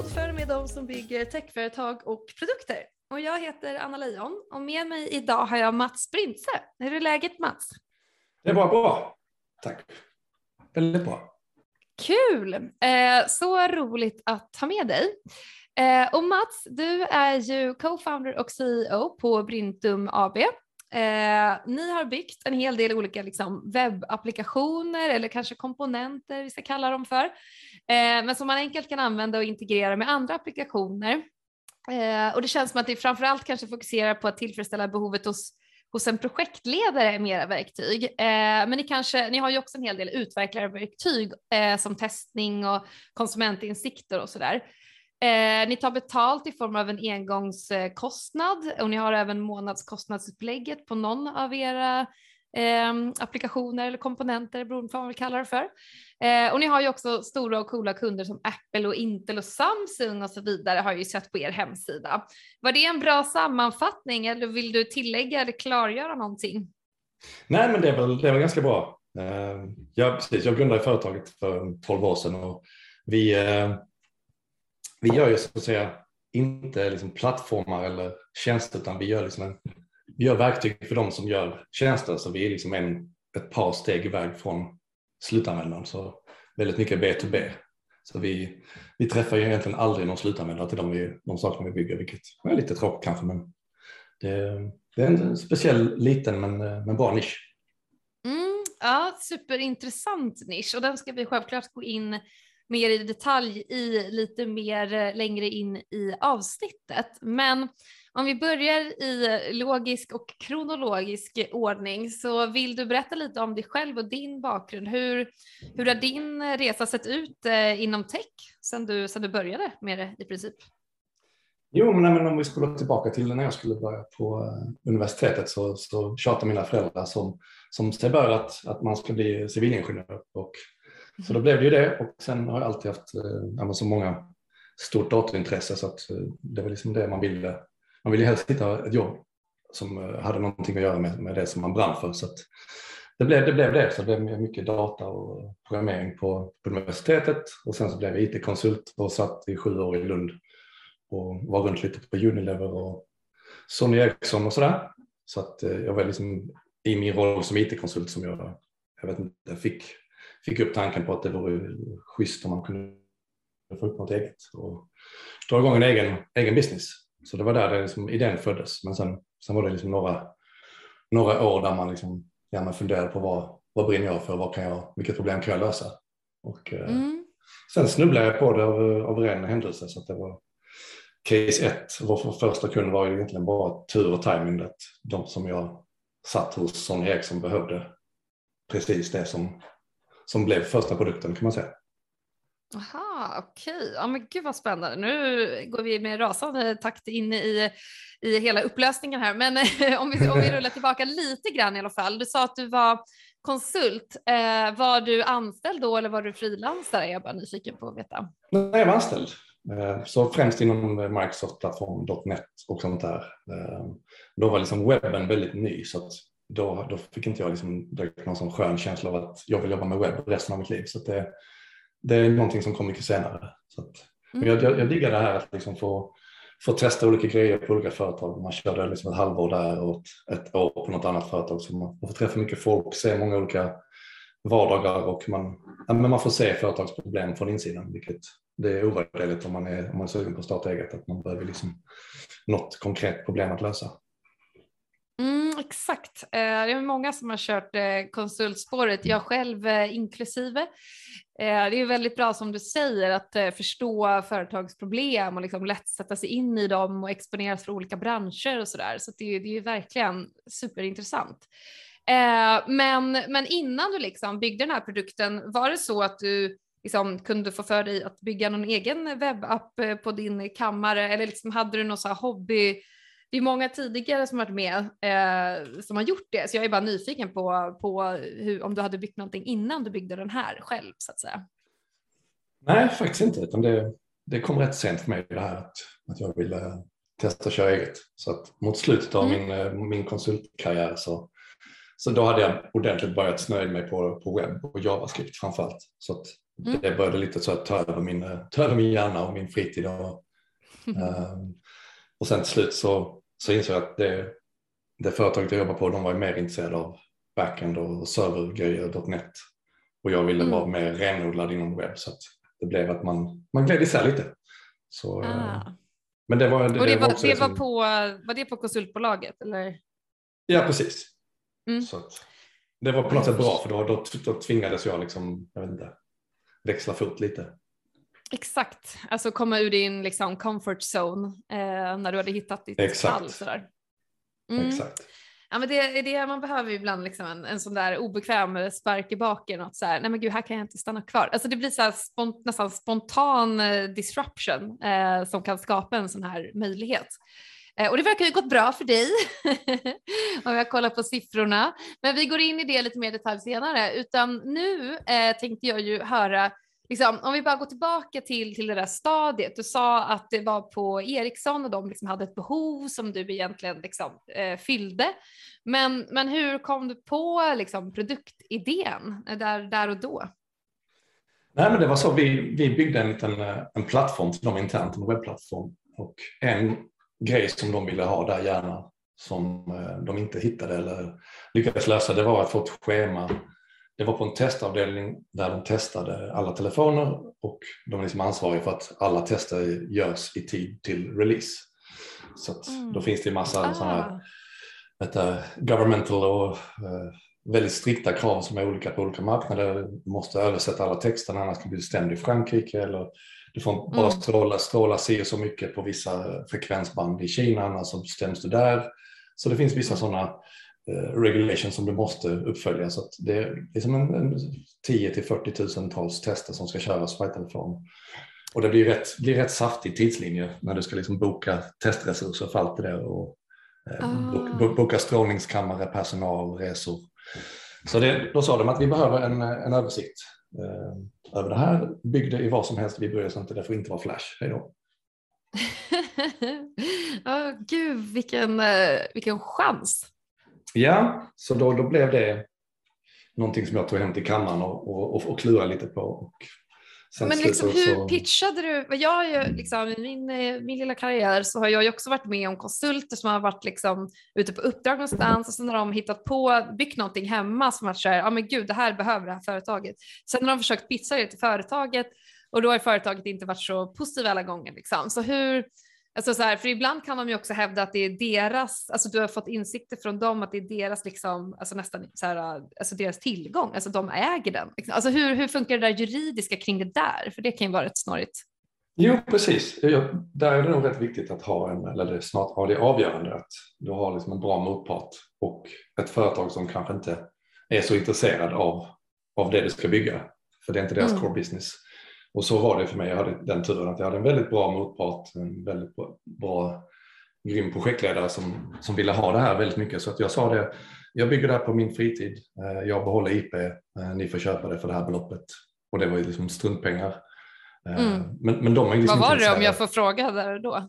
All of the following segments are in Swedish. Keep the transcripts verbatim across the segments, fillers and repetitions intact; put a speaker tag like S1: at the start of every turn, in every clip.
S1: podd för med de som bygger techföretag och produkter. Och jag heter Anna Leijon och med mig idag har jag Mats Brintze. Hur är läget, Mats?
S2: Det var bra, tack. Väldigt bra.
S1: Kul! Eh, så roligt att ha med dig. Eh, och Mats, du är ju co-founder och C E O på Brintum A B. Eh, ni har byggt en hel del olika liksom, webbapplikationer eller kanske komponenter vi ska kalla dem för. Eh, men som man enkelt kan använda och integrera med andra applikationer. Eh, och det känns som att det framförallt kanske fokuserar på att tillfredsställa behovet hos, hos en projektledare med era verktyg. Eh, men ni, kanske, ni har ju också en hel del utvecklare-verktyg eh, som testning och konsumentinsikter och sådär. Eh, ni tar betalt i form av en engångskostnad och ni har även månadskostnadsupplägget på någon av era eh, applikationer eller komponenter, beroende på vad man vill kalla det för. Eh, och ni har ju också stora och coola kunder som Apple och Intel och Samsung och så vidare har ju sett på er hemsida. Var det en bra sammanfattning eller vill du tillägga eller klargöra någonting?
S2: Nej, men det är väl, det är väl ganska bra. Eh, jag, precis, jag grundade företaget för tolv år sedan och vi... Eh, Vi gör ju så att säga inte liksom plattformar eller tjänster utan vi gör, liksom en, vi gör verktyg för de som gör tjänster. Så vi är liksom en, ett par steg iväg från slutanvändaren. Så väldigt mycket B to B. Så vi, vi träffar ju egentligen aldrig någon slutanvändare till de, vi, de sakerna vi bygger. Vilket är lite tråkigt kanske men det, det är en speciell liten men, men bra nisch.
S1: Mm, ja, superintressant nisch och den ska vi självklart gå in mer i detalj i lite mer längre in i avsnittet. Men om vi börjar i logisk och kronologisk ordning så vill du berätta lite om dig själv och din bakgrund. Hur, hur har din resa sett ut inom tech sedan du, sedan du började med det i princip?
S2: Jo, men, men om vi skulle tillbaka till när jag skulle börja på universitetet så, så tjatade mina föräldrar som, som sig bör att, att man ska bli civilingenjör och så då blev det ju det och sen har jag alltid haft äh, så många stort datorintresse så att äh, det var liksom det man ville. Man ville helst hitta ett jobb som äh, hade någonting att göra med, med det som man brann för. Så att det, blev, det blev det, så det blev mycket data och programmering på, på universitetet och sen så blev jag I T-konsult och satt i sju år i Lund och var runt lite på Unilever och Sony Ericsson och sådär. Så att äh, jag var liksom i min roll som I T-konsult som jag, jag vet inte, fick fick upp tanken på att det vore schysst om man kunde få upp något eget och dra igång en egen, egen business. Så det var där det liksom, idén föddes. Men sen, sen var det liksom några, några år där man liksom gärna funderade på vad, vad brinner jag för, vad kan jag, vilket problem kan jag lösa. Och mm. eh, sen snubblade jag på det av, av ren händelse så att det var case ett. Vår första kund var ju egentligen bara tur och timing att de som jag satt hos Sony Ericsson behövde precis det som som blev första produkten kan man säga.
S1: Aha, okej. Okay. Ja men gud vad spännande. Nu går vi med rasande takt in i, i hela upplösningen här. Men om vi, om vi rullar tillbaka lite grann i alla fall. Du sa att du var konsult. Eh, var du anställd då eller var du frilansare? Jag är bara nyfiken på att veta.
S2: Nej, jag var anställd. Eh, så främst inom Microsoft-plattform .net och sånt där. Eh, då var liksom webben väldigt ny så att Då, då fick inte jag liksom direkt någon sån skön känsla av att jag vill jobba med webb resten av mitt liv. Så det, det är någonting som kom mycket senare. Så att, mm. jag, jag, jag diggar det här att liksom få, få testa olika grejer på olika företag. Man körde liksom ett halvår där och ett, ett år på något annat företag. Så man, man får träffa mycket folk, se många olika vardagar och man, ja, men man får se företagsproblem från insidan. Vilket det är ovärderligt om man är, om man är sugen på att starta eget. Att man behöver liksom något konkret problem att lösa.
S1: Mm, exakt. Det är många som har kört konsultspåret, jag själv inklusive. Det är väldigt bra som du säger att förstå företagsproblem och liksom lätt sätta sig in i dem och exponeras för olika branscher och sådär. Så det är, det är verkligen superintressant. Men, men innan du liksom byggde den här produkten, var det så att du liksom kunde få för dig att bygga någon egen webbapp på din kammare eller liksom hade du någon så här hobby? Det är många tidigare som varit med eh, som har gjort det. Så jag är bara nyfiken på, på hur, om du hade byggt någonting innan du byggde den här själv så att säga.
S2: Nej, faktiskt inte. Utan det, det kom rätt sent för mig det här att, att jag ville testa att köra eget. Så att mot slutet av mm. min, min konsultkarriär så, så då hade jag ordentligt börjat snöa mig på, på webb och JavaScript framförallt. Så att mm. det började lite så att ta över min, ta över min hjärna och min fritid. Och, um, och sen till slut så, så insåg jag att det, det företaget jag jobbade på, de var mer intresserade av backend och servergrejer, .net. Och jag ville mm. vara mer renodlad inom webb, så att det blev att man, man gled isär lite. Så,
S1: ah.
S2: Men det var, det,
S1: och det,
S2: det var,
S1: var,
S2: också
S1: det
S2: det
S1: var,
S2: som...
S1: på, var det på konsultbolaget? Eller?
S2: Ja, precis.
S1: Mm.
S2: Så att, det var på något sätt bra, för då, då, då tvingades jag liksom, jag vet inte, växla fot lite.
S1: Exakt, alltså komma ur din liksom, comfort zone eh, när du hade hittat ditt
S2: Exakt.
S1: fall. Sådär. Mm.
S2: Exakt.
S1: Ja, men det är det man behöver ibland, liksom en, en sån där obekväm spark i baken, och så här, nej men gud, här kan jag inte stanna kvar. Alltså det blir så här spont, nästan spontan eh, disruption eh, som kan skapa en sån här möjlighet. Eh, och det verkar ju gått bra för dig om jag kollar på siffrorna. Men vi går in i det lite mer detalj senare, utan nu eh, tänkte jag ju höra, liksom, om vi bara går tillbaka till, till det där stadiet. Du sa att det var på Ericsson och de liksom hade ett behov som du egentligen liksom, eh, fyllde. Men, men hur kom du på liksom, produktidén där, där och då?
S2: Nej, men det var så, vi, vi byggde en liten en plattform till dem internt, en webbplattform. Och en grej som de ville ha där gärna, som de inte hittade eller lyckades lösa, det var att få ett schema. Det var på en testavdelning där de testade alla telefoner, och de är liksom ansvariga för att alla tester görs i tid till release. Så att mm. då finns det en massa ah. sådana här governmental och uh, väldigt strikta krav som är olika på olika marknader. Du måste översätta alla texterna, annars kan du bli stämd i Frankrike, eller du får bara mm. stråla, stråla sig så mycket på vissa frekvensband i Kina, annars så stäms du där. Så det finns vissa mm. sådana regulations som du måste uppfölja, så att det är liksom en, en tio till fyrtio tusentals tester som ska köras på telefon. Och det blir rätt, blir rätt saftig tidslinje när du ska liksom boka testresurser för allt det där, och eh, ah. boka, boka strålningskammare, personal, resor. Så det, då sa de att vi behöver en, en översikt eh, över det här, byggde i vad som helst, vi bryr oss inte, det får inte vara flash. Hej då.
S1: oh, gud, vilken, vilken chans.
S2: Ja, så då, då blev det någonting som jag tog hem till kammaren och, och, och klurade lite på. Och sen
S1: men liksom,
S2: så,
S1: hur
S2: så...
S1: pitchade du? Jag har ju, liksom, i min, min lilla karriär så har jag ju också varit med om konsulter som har varit liksom, ute på uppdrag någonstans, och sen har de hittat på, byggt någonting hemma som att säga, ja men gud, det här behöver det här företaget. Sen har de försökt pitcha det till företaget, och då har företaget inte varit så positiva alla gånger. Liksom. Så hur... Alltså så här, för ibland kan de ju också hävda att det är deras, alltså du har fått insikter från dem att det är deras liksom, alltså nästan så här, alltså deras tillgång, alltså de äger den. Alltså hur, hur funkar det där juridiska kring det där? För det kan ju vara rätt snarigt.
S2: Jo, precis. Där är det nog rätt viktigt att ha en, eller det är snart ja, det är avgörande att du har liksom en bra motpart och ett företag som kanske inte är så intresserad av, av det du ska bygga. För det är inte deras mm. core business. Och så var det för mig. Jag hade den turen att jag hade en väldigt bra motpart, en väldigt bra, bra grym projektledare som, som ville ha det här väldigt mycket. Så att jag sa det, jag bygger det här på min fritid, jag behåller I P, ni får köpa det för det här beloppet. Och det var ju liksom struntpengar. Mm. Men, men de är liksom
S1: vad var det om jag får fråga där då?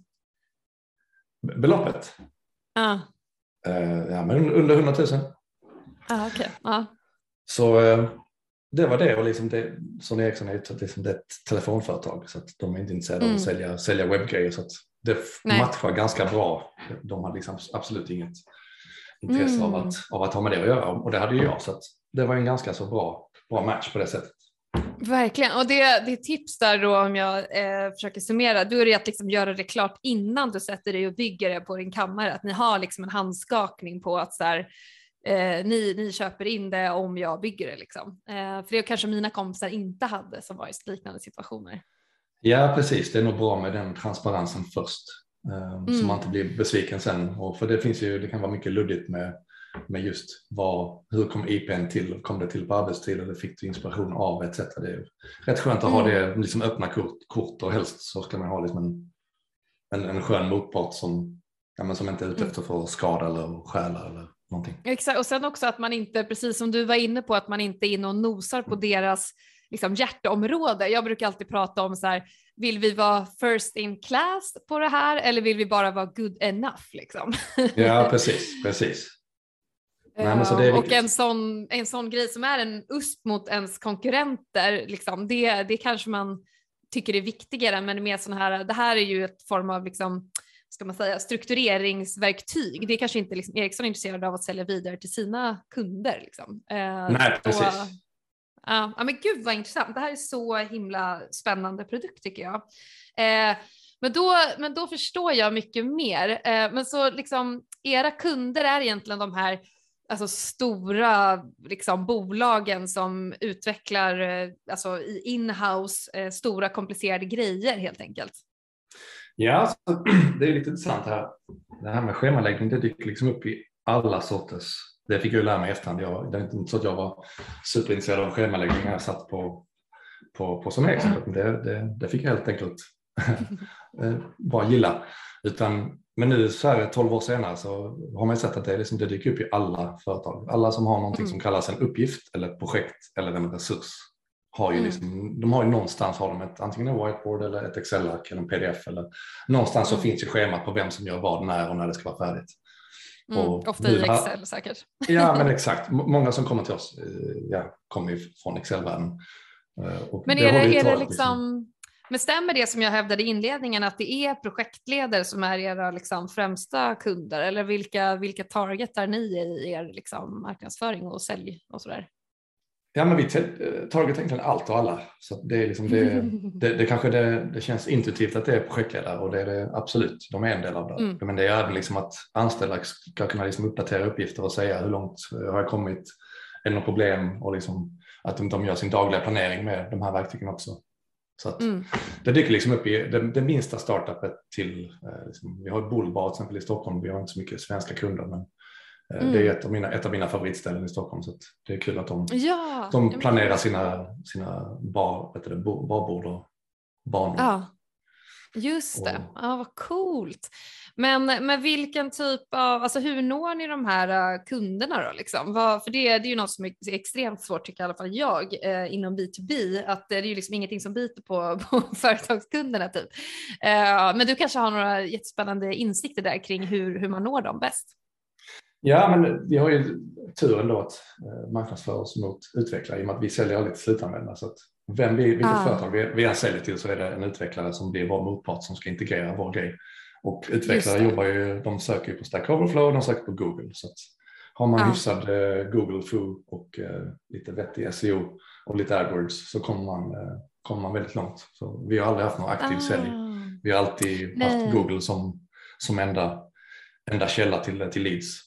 S2: Beloppet?
S1: Ah.
S2: Ja, men under hundratusen.
S1: Ah, okay. ah.
S2: Så... Det var det, och liksom det, Sony Ericsson är ett, liksom det är ett telefonföretag, så att de är inte intresserade mm. av att sälja, sälja webbgrejer, så att det Nej. matchar ganska bra. De hade liksom absolut inget intresse mm. av, att, av att ha med det att göra, och det hade ju jag, så att det var en ganska så bra, bra match på det sättet.
S1: Verkligen, och det, det är tips där då om jag eh, försöker summera, då är det att liksom göra det klart innan du sätter dig och bygger det på din kammare, att ni har liksom en handskakning på att så här, Eh, ni, ni köper in det om jag bygger det. Liksom. Eh, för det är kanske mina kompisar inte hade som var i liknande situationer.
S2: Ja, precis. Det är nog bra med den transparensen först. Eh, mm. Så man inte blir besviken sen. Och för det finns ju, det kan vara mycket luddigt med, med just vad, hur kom I P:n till? Kom det till på arbetstid eller fick du inspiration av et cetera. Det är rätt skönt att mm. ha det liksom öppna kort, kort och helst så ska man ha liksom en, en, en skön motpart som, ja, men som inte är ute efter för att skada eller stjäla eller någonting.
S1: Exakt, och sen också att man inte, precis som du var inne på, att man inte är inne och nosar på deras liksom, hjärteområde. Jag brukar alltid prata om så här, vill vi vara first in class på det här eller vill vi bara vara good enough? Liksom?
S2: Ja, precis, precis. Nej, men så det är
S1: och en sån, en sån grej som är en usp mot ens konkurrenter, liksom, det, det kanske man tycker är viktigare, men mer sån här, det här är ju ett form av liksom, ska man säga, struktureringsverktyg. Det är kanske inte liksom, Ericsson är intresserad av att sälja vidare till sina kunder. Liksom. Eh,
S2: Nej, precis.
S1: Då, ja, men gud vad intressant. Det här är så himla spännande produkt tycker jag. Eh, men, då, men då förstår jag mycket mer. Eh, men så liksom, era kunder är egentligen de här alltså stora liksom, bolagen som utvecklar alltså, i in-house eh, stora komplicerade grejer helt enkelt.
S2: Ja, alltså, det är lite intressant här. Det här med schemaläggning, det dyker liksom upp i alla sorters. Det fick jag ju lära mig i efterhand. Jag, det är inte så att jag var superintresserad av schemaläggning när jag satt på, på, på som Ericsson. Det, det, det fick jag helt enkelt bara gilla. Utan, men nu så här tolv år senare så har man sett att det, liksom, det dyker upp i alla företag. Alla som har någonting mm. som kallas en uppgift eller ett projekt eller en resurs. Har ju liksom, mm. De har ju någonstans har de ett, antingen en whiteboard eller ett Excel-ark eller en P D F. Eller, någonstans mm. så finns ju schemat på vem som gör vad, när och när det ska vara färdigt.
S1: Mm, och ofta i Excel har, säkert.
S2: Ja, men exakt. Många som kommer till oss ja, kommer ju från Excel-världen.
S1: Men är det, är det liksom, liksom... Men stämmer det som jag hävdade i inledningen att det är projektledare som är era liksom främsta kunder? Eller vilka, vilka targetar ni i er liksom marknadsföring och sälj och sådär?
S2: Ja, men vi targetar egentligen allt och alla. Så det, är liksom det, det, det kanske det, det känns intuitivt att det är projektledare och det är det absolut. De är en del av det. Mm. Men det är även liksom att anställda ska kunna liksom uppdatera uppgifter och säga hur långt har jag kommit, är det något problem och liksom att de, de gör sin dagliga planering med de här verktygen också. Så att mm. det dyker liksom upp i det, det minsta startupet till, eh, liksom, vi har ett Bullbar till exempel i Stockholm, vi har inte så mycket svenska kunder men eh, mm. det är ett av, mina, ett av mina favoritställen i Stockholm så att det är kul att de,
S1: ja,
S2: de planerar sina, sina bar, vet du, barbord och banor.
S1: Ja, just det. Och, ja, vad coolt. Men, men vilken typ av, alltså hur når ni de här kunderna då liksom? Vad, för det, det är ju något som är extremt svårt tycker i alla fall jag eh, inom B to B, att det är ju liksom ingenting som biter på, på företagskunderna typ. Eh, men du kanske har några jättespännande insikter där kring hur, hur man når dem bäst?
S2: Ja, men vi har ju turen då att eh, marknadsföra oss mot utvecklare i och med att vi säljer aldrig till slutanvändare. Så att vem vi, vilket ah. företag vi, vi säljer till så är det en utvecklare som blir vår motpart som ska integrera vår grej. Och utvecklare jobbar ju, de söker ju på Stack Overflow och de söker på Google. Så att har man ah. hyfsad eh, Google F O och eh, lite vettig S E O och lite AdWords så kommer man, eh, kommer man väldigt långt. Så vi har aldrig haft någon aktiv ah. sälj. Vi har alltid Nej. haft Google som, som enda, enda källa till, till leads.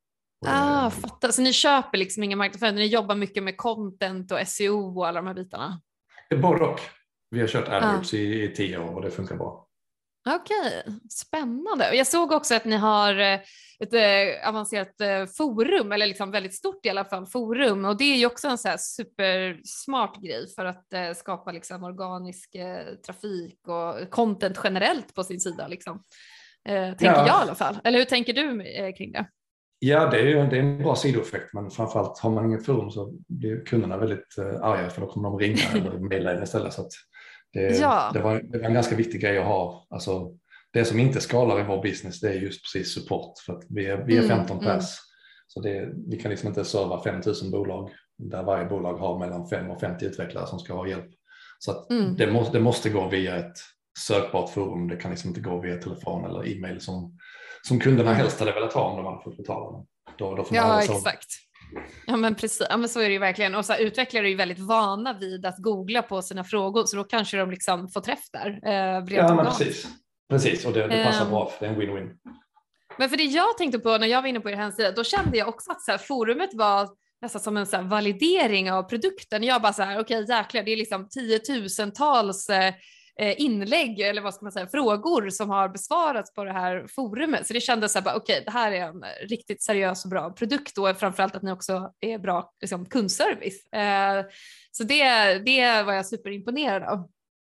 S1: Ah, fattar. Så ni köper liksom inga marknadsföring, ni jobbar mycket med content och S E O och alla de här bitarna?
S2: Både och. Vi har kört AdWords ah. i, i tio år och det funkar bra.
S1: Okej, okay. Spännande. Jag såg också att ni har ett äh, avancerat äh, forum, eller liksom väldigt stort i alla fall forum, och det är ju också en så här supersmart grej för att äh, skapa liksom organisk äh, trafik och content generellt på sin sida liksom. Äh, tänker ja. jag i alla fall. Eller hur tänker du äh, kring det?
S2: Ja, det är ju det är en bra sidoeffekt, men framförallt har man inget forum så blir kunderna väldigt äh, arga för då kommer de ringa eller mejla istället. Så att det, ja. det, var, det var en ganska viktig grej att ha. Alltså, det som inte skalar i vår business det är just precis support för att vi är, vi är femton mm, pers. Mm. Så det, vi kan liksom inte serva fem tusen bolag där varje bolag har mellan fem och femtio utvecklare som ska ha hjälp. Så att mm. det, måste, det måste gå via ett sökbart forum. Det kan liksom inte gå via telefon eller e-mail som som kunderna helst hade velat ha om de hade fått betala. Då, då får man
S1: ja, exakt. Ja, men precis. Ja, men så är det ju verkligen. Och så här, utvecklare är ju väldigt vana vid att googla på sina frågor, så då kanske de liksom får träff där. Eh,
S2: ja, men precis. Precis, och det, det passar um, bra för det är en win-win.
S1: Men för det jag tänkte på när jag var inne på er hemsida, då kände jag också att så här, forumet var nästan som en så här, validering av produkten. Jag bara så här, okej okay, jäklar, det är liksom tiotusentals eh, inlägg eller vad ska man säga, frågor som har besvarats på det här forumet. Så det kändes så här, okej, okay, det här är en riktigt seriös och bra produkt och framförallt att ni också är bra liksom, kundservice. Eh, så det, det var jag superimponerad av.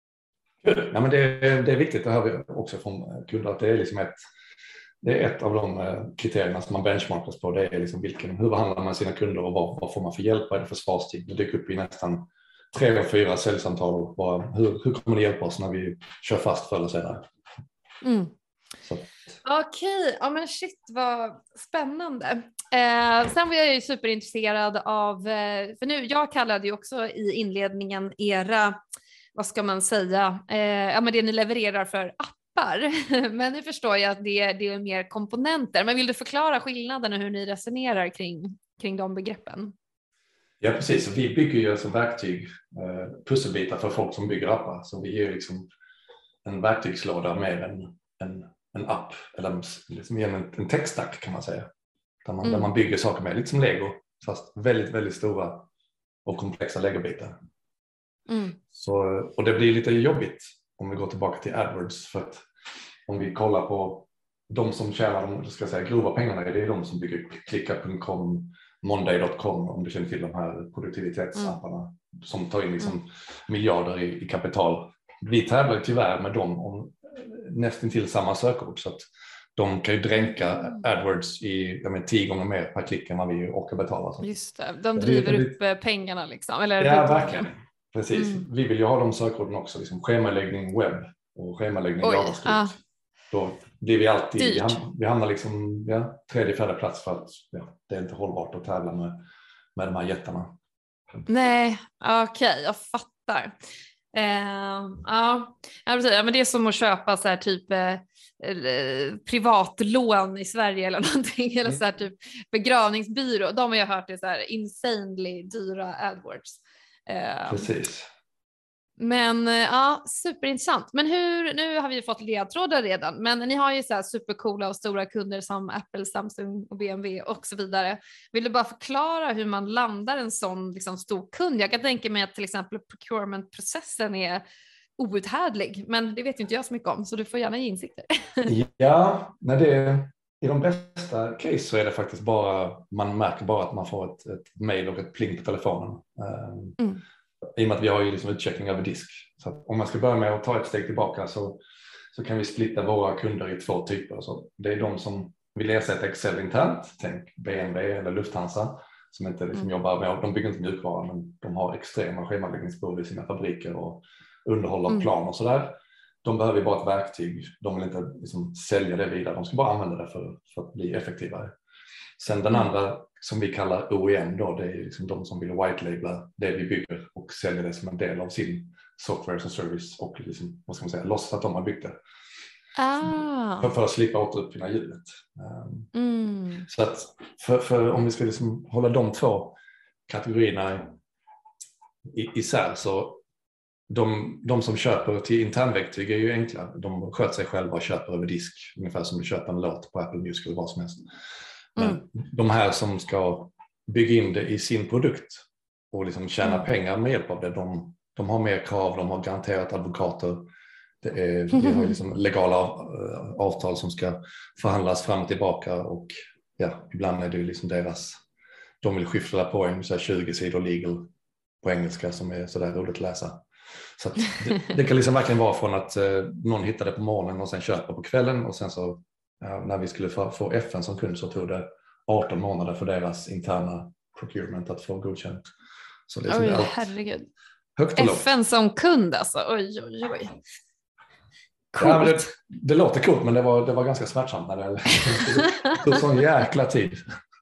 S2: Ja, men det, det är viktigt, det hör vi också från kunder, att det är liksom ett, det är ett av de kriterierna som man benchmarkas på. Det är liksom vilken, hur behandlar man sina kunder och vad, vad får man för hjälp, vad är det för svarstid? Det dyker upp i nästan tre och fyra säljsamtal och bara, hur, hur kommer ni hjälpa oss när vi kör fast förr eller senare?
S1: Mm.
S2: Så.
S1: Okej, ja men shit vad spännande. Eh, sen var jag ju superintresserad av, eh, för nu, jag kallade ju också i inledningen era, vad ska man säga, eh, ja men det ni levererar för appar. Men nu förstår jag att det, det är mer komponenter. Men vill du förklara skillnaden och hur ni resonerar kring, kring de begreppen?
S2: Ja, precis. Vi bygger ju som verktyg eh, pusselbitar för folk som bygger appar. Så vi är liksom en verktygslåda med en, en, en app, eller liksom en, en tech-stack kan man säga. Där man, mm. där man bygger saker med, lite som Lego, fast väldigt, väldigt stora och komplexa legobitar. Mm. Så, och det blir lite jobbigt om vi går tillbaka till AdWords, för att om vi kollar på de som tjänar de ska säga, grova pengarna, det är de som bygger klicka punkt com, monday punkt com, om du känner till de här produktivitetsapparna mm. som tar in liksom mm. miljarder i, i kapital. Vi tävlar tyvärr med dem om nästan till samma sökord, så att de kan ju dränka AdWords i jag menar, tio gånger mer per klick än vad vi orkar betala. Så.
S1: Just det, de driver det, upp det, pengarna liksom. Eller
S2: ja, verkligen. Precis. Mm. Vi vill ju ha de sökorden också, liksom schemaläggning webb och schemaläggning JavaScript. Ah. Då blir vi alltid, vi hamnar, vi hamnar liksom ja, tredje, fjärde plats för att ja, det är inte hållbart att tävla med, med de här jättarna.
S1: Nej, okej, okay, jag fattar. Uh, ja, ja, men det är som att köpa så här typ eh, privatlån i Sverige eller någonting, mm. eller så här typ begravningsbyrå. De har jag hört är så här insanely dyra AdWords. Uh,
S2: Precis.
S1: Men ja, superintressant. Men hur, nu har vi fått ledtrådar redan, men ni har ju så här supercoola och stora kunder som Apple, Samsung och B M W och så vidare. Vill du bara förklara hur man landar en sån liksom stor kund? Jag kan tänka mig att till exempel procurement-processen är outhärdlig, men det vet ju inte jag så mycket om, så du får gärna ge insikter.
S2: Ja, när det, i de bästa case så är det faktiskt bara, man märker bara att man får ett, ett mail och ett pling på telefonen. Mm. I och med att vi har ju liksom utcheckning över disk. Så att om man ska börja med att ta ett steg tillbaka så, så kan vi splitta våra kunder i två typer. Så det är de som vill ersätta Excel internt, tänk B M W eller Lufthansa, som inte liksom mm. jobbar med, de bygger inte mjukvara, men de har extrema schemaläggningsbehov i sina fabriker och underhåll av mm. plan och sådär. De behöver bara ett verktyg, de vill inte liksom sälja det vidare, de ska bara använda det för, för att bli effektivare. Sen den andra som vi kallar O E M då, det är liksom de som vill white-labla det vi bygger och sälja det som en del av sin software som service och liksom, vad ska man säga, låtsas att de har byggt det.
S1: Ah.
S2: För, för att slippa återuppfinna hjulet.
S1: Mm.
S2: Så att för, för om vi ska liksom hålla de två kategorierna i, isär, så de, de som köper till internverktyg är ju enkla. De sköter sig själva och köper över disk, ungefär som du köper en låt på Apple Music eller vad som helst. Men mm. de här som ska bygga in det i sin produkt och liksom tjäna mm. pengar med hjälp av det, de, de har mer krav, de har garanterat advokater. Det är, vi har liksom legala avtal som ska förhandlas fram och tillbaka, och ja, ibland är det liksom deras, de vill skyffla på en så här tjugo sidor legal på engelska som är sådär roligt att läsa. Så att det, det kan liksom verkligen vara från att eh, någon hittar det på morgonen och sen köper på kvällen, och sen så ja, när vi skulle få, få F N som kund så tog det arton månader för deras interna procurement att få godkänt. Så det är
S1: oj,
S2: allt
S1: herregud.
S2: Högt och lågt.
S1: F N som kund alltså, oj oj oj.
S2: Ja, men det, det låter coolt, men det var, det var ganska smärtsamt när det tog sån jäkla tid.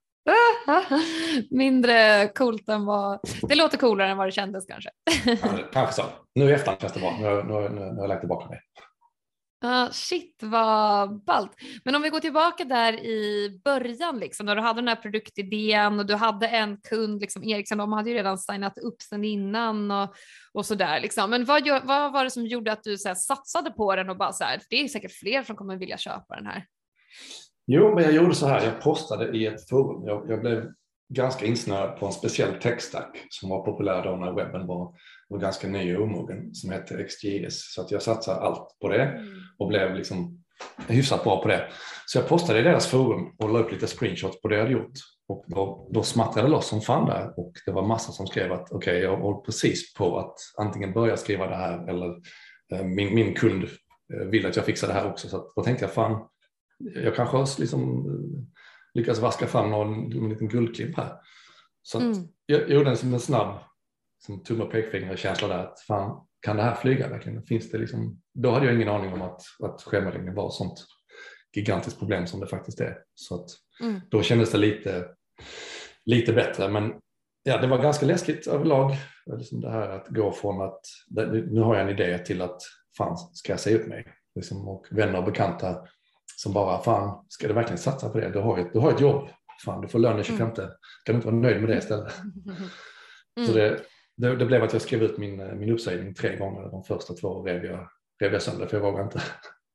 S1: Mindre coolt än vad, det låter coolare än vad det kändes kanske.
S2: Ja, kanske så. Nu i efterhand känns det bra, nu, nu, nu, nu har jag lagt tillbaka mig.
S1: Uh, shit vad ballt. Men om vi går tillbaka där i början liksom, när du hade den här produktidén och du hade en kund, liksom Ericsson, de hade ju redan signat upp sen innan och, och sådär liksom. Men vad, gör, vad var det som gjorde att du så här, satsade på den och bara så här, det är säkert fler som kommer vilja köpa den här?
S2: Jo, men jag gjorde så här, jag postade i ett forum, jag, jag blev ganska insnöad på en speciell tech-stack som var populär då när webben var, var ganska ny och omogen, som hette X J S. Så att jag satsade allt på det och blev liksom hyfsat bra på det. Så jag postade i deras forum och la upp lite screenshots på det jag hade gjort. Och då, då smattrade loss som fan där, och det var massa som skrev att okej, okay, jag håller precis på att antingen börja skriva det här eller eh, min, min kund eh, vill att jag fixar det här också. Så att, då tänkte jag fan, jag kanske har liksom lyckas vaska fram någon, någon liten guldklipp här. Så att mm. jag gjorde en som en snabb som tumme och pekfinger känsla där att fan, kan det här flyga verkligen? Finns det liksom, då hade jag ingen aning om att, att schemaläggning var sånt gigantiskt problem som det faktiskt är. Så att
S1: Mm.
S2: då kändes det lite, lite bättre. Men ja, det var ganska läskigt överlag. Liksom det här att gå från att nu har jag en idé till att fan, ska jag säga upp mig? Liksom, och vänner och bekanta som bara, fan, ska du verkligen satsa på det? Du har ett, du har ett jobb. Fan, du får lön den tjugofemte. Mm. Kan du inte vara nöjd med det istället? Mm. Så det, det, det blev att jag skrev ut min, min uppsägning tre gånger. De första två rev jag, rev jag sönder, för jag vågade inte.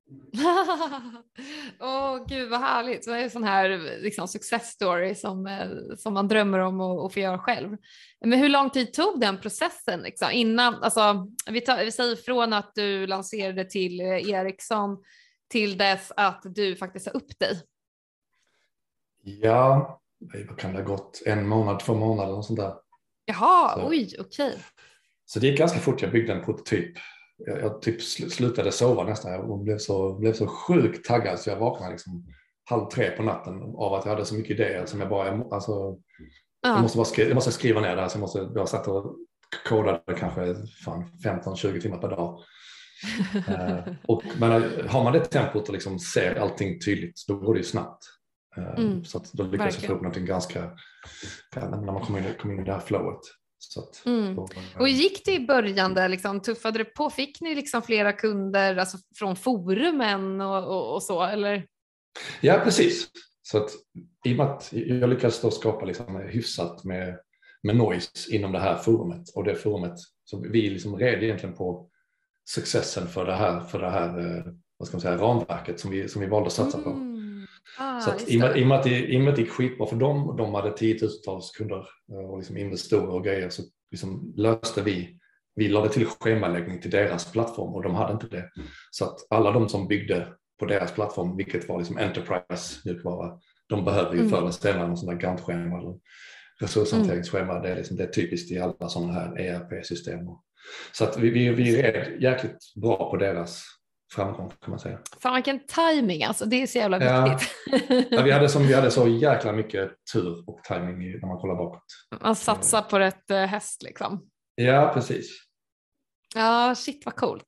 S1: Åh oh, gud vad härligt. Det är en sån här liksom, success story som, som man drömmer om att, att få göra själv. Men hur lång tid tog den processen liksom, innan, alltså, vi, tar, vi säger från att du lanserade till Ericsson till dess att du faktiskt sa upp dig?
S2: Ja, vad kan det ha gått? En månad, två månader och sånt där.
S1: Jaha, så, oj, okej. Okay.
S2: Så det gick ganska fort, jag byggde en prototyp. Jag, jag typ slutade sova nästan och blev så, blev så sjukt taggad så jag vaknade liksom halv tre på natten av att jag hade så mycket idéer som jag bara, alltså, uh. jag, måste bara skriva, jag måste skriva ner det här, så jag, måste, jag satt och kodade kanske femton tjugo timmar per dag. uh, och, men har man det tempot och liksom ser allting tydligt, då går det ju snabbt. Uh, mm. Så att då lyckas jag få upp någonting ganska, när man kommer in, kommer in i det här flowet. Så att,
S1: mm. då, och gick det i början där liksom, tuffade det på, fick ni liksom flera kunder alltså från forumen och, och, och så eller?
S2: Ja precis, så att i och med att jag lyckades då skapa liksom hyfsat med, med noise inom det här forumet och det forumet, så vi liksom red egentligen på successen för det här, för det här vad ska man säga, ramverket som vi, som vi valde att satsa på. Mm. Ah, så att i, och med att det, i och med att det gick skitbra för dem och de hade tiotusentals kunder och liksom investerare och grejer, så liksom löste vi, vi lade till schemaläggning till deras plattform och de hade inte det. Så att alla de som byggde på deras plattform, vilket var liksom enterprise mjukvara, de behöver ju mm. förr eller senare en sån där Gantt-schema eller resurshanteringsschema. Mm. Det är liksom, det är typiskt i alla sådana här E R P-system. Så att vi, vi, vi är jäkligt bra på deras framgång kan man säga.
S1: Fan vilken timing alltså, det är så jävla viktigt.
S2: Ja. Ja, vi, hade som, vi hade så jäkla mycket tur och timing när man kollar bakåt.
S1: Man satsar på rätt uh, häst liksom.
S2: Ja, precis.
S1: Ja, shit vad coolt.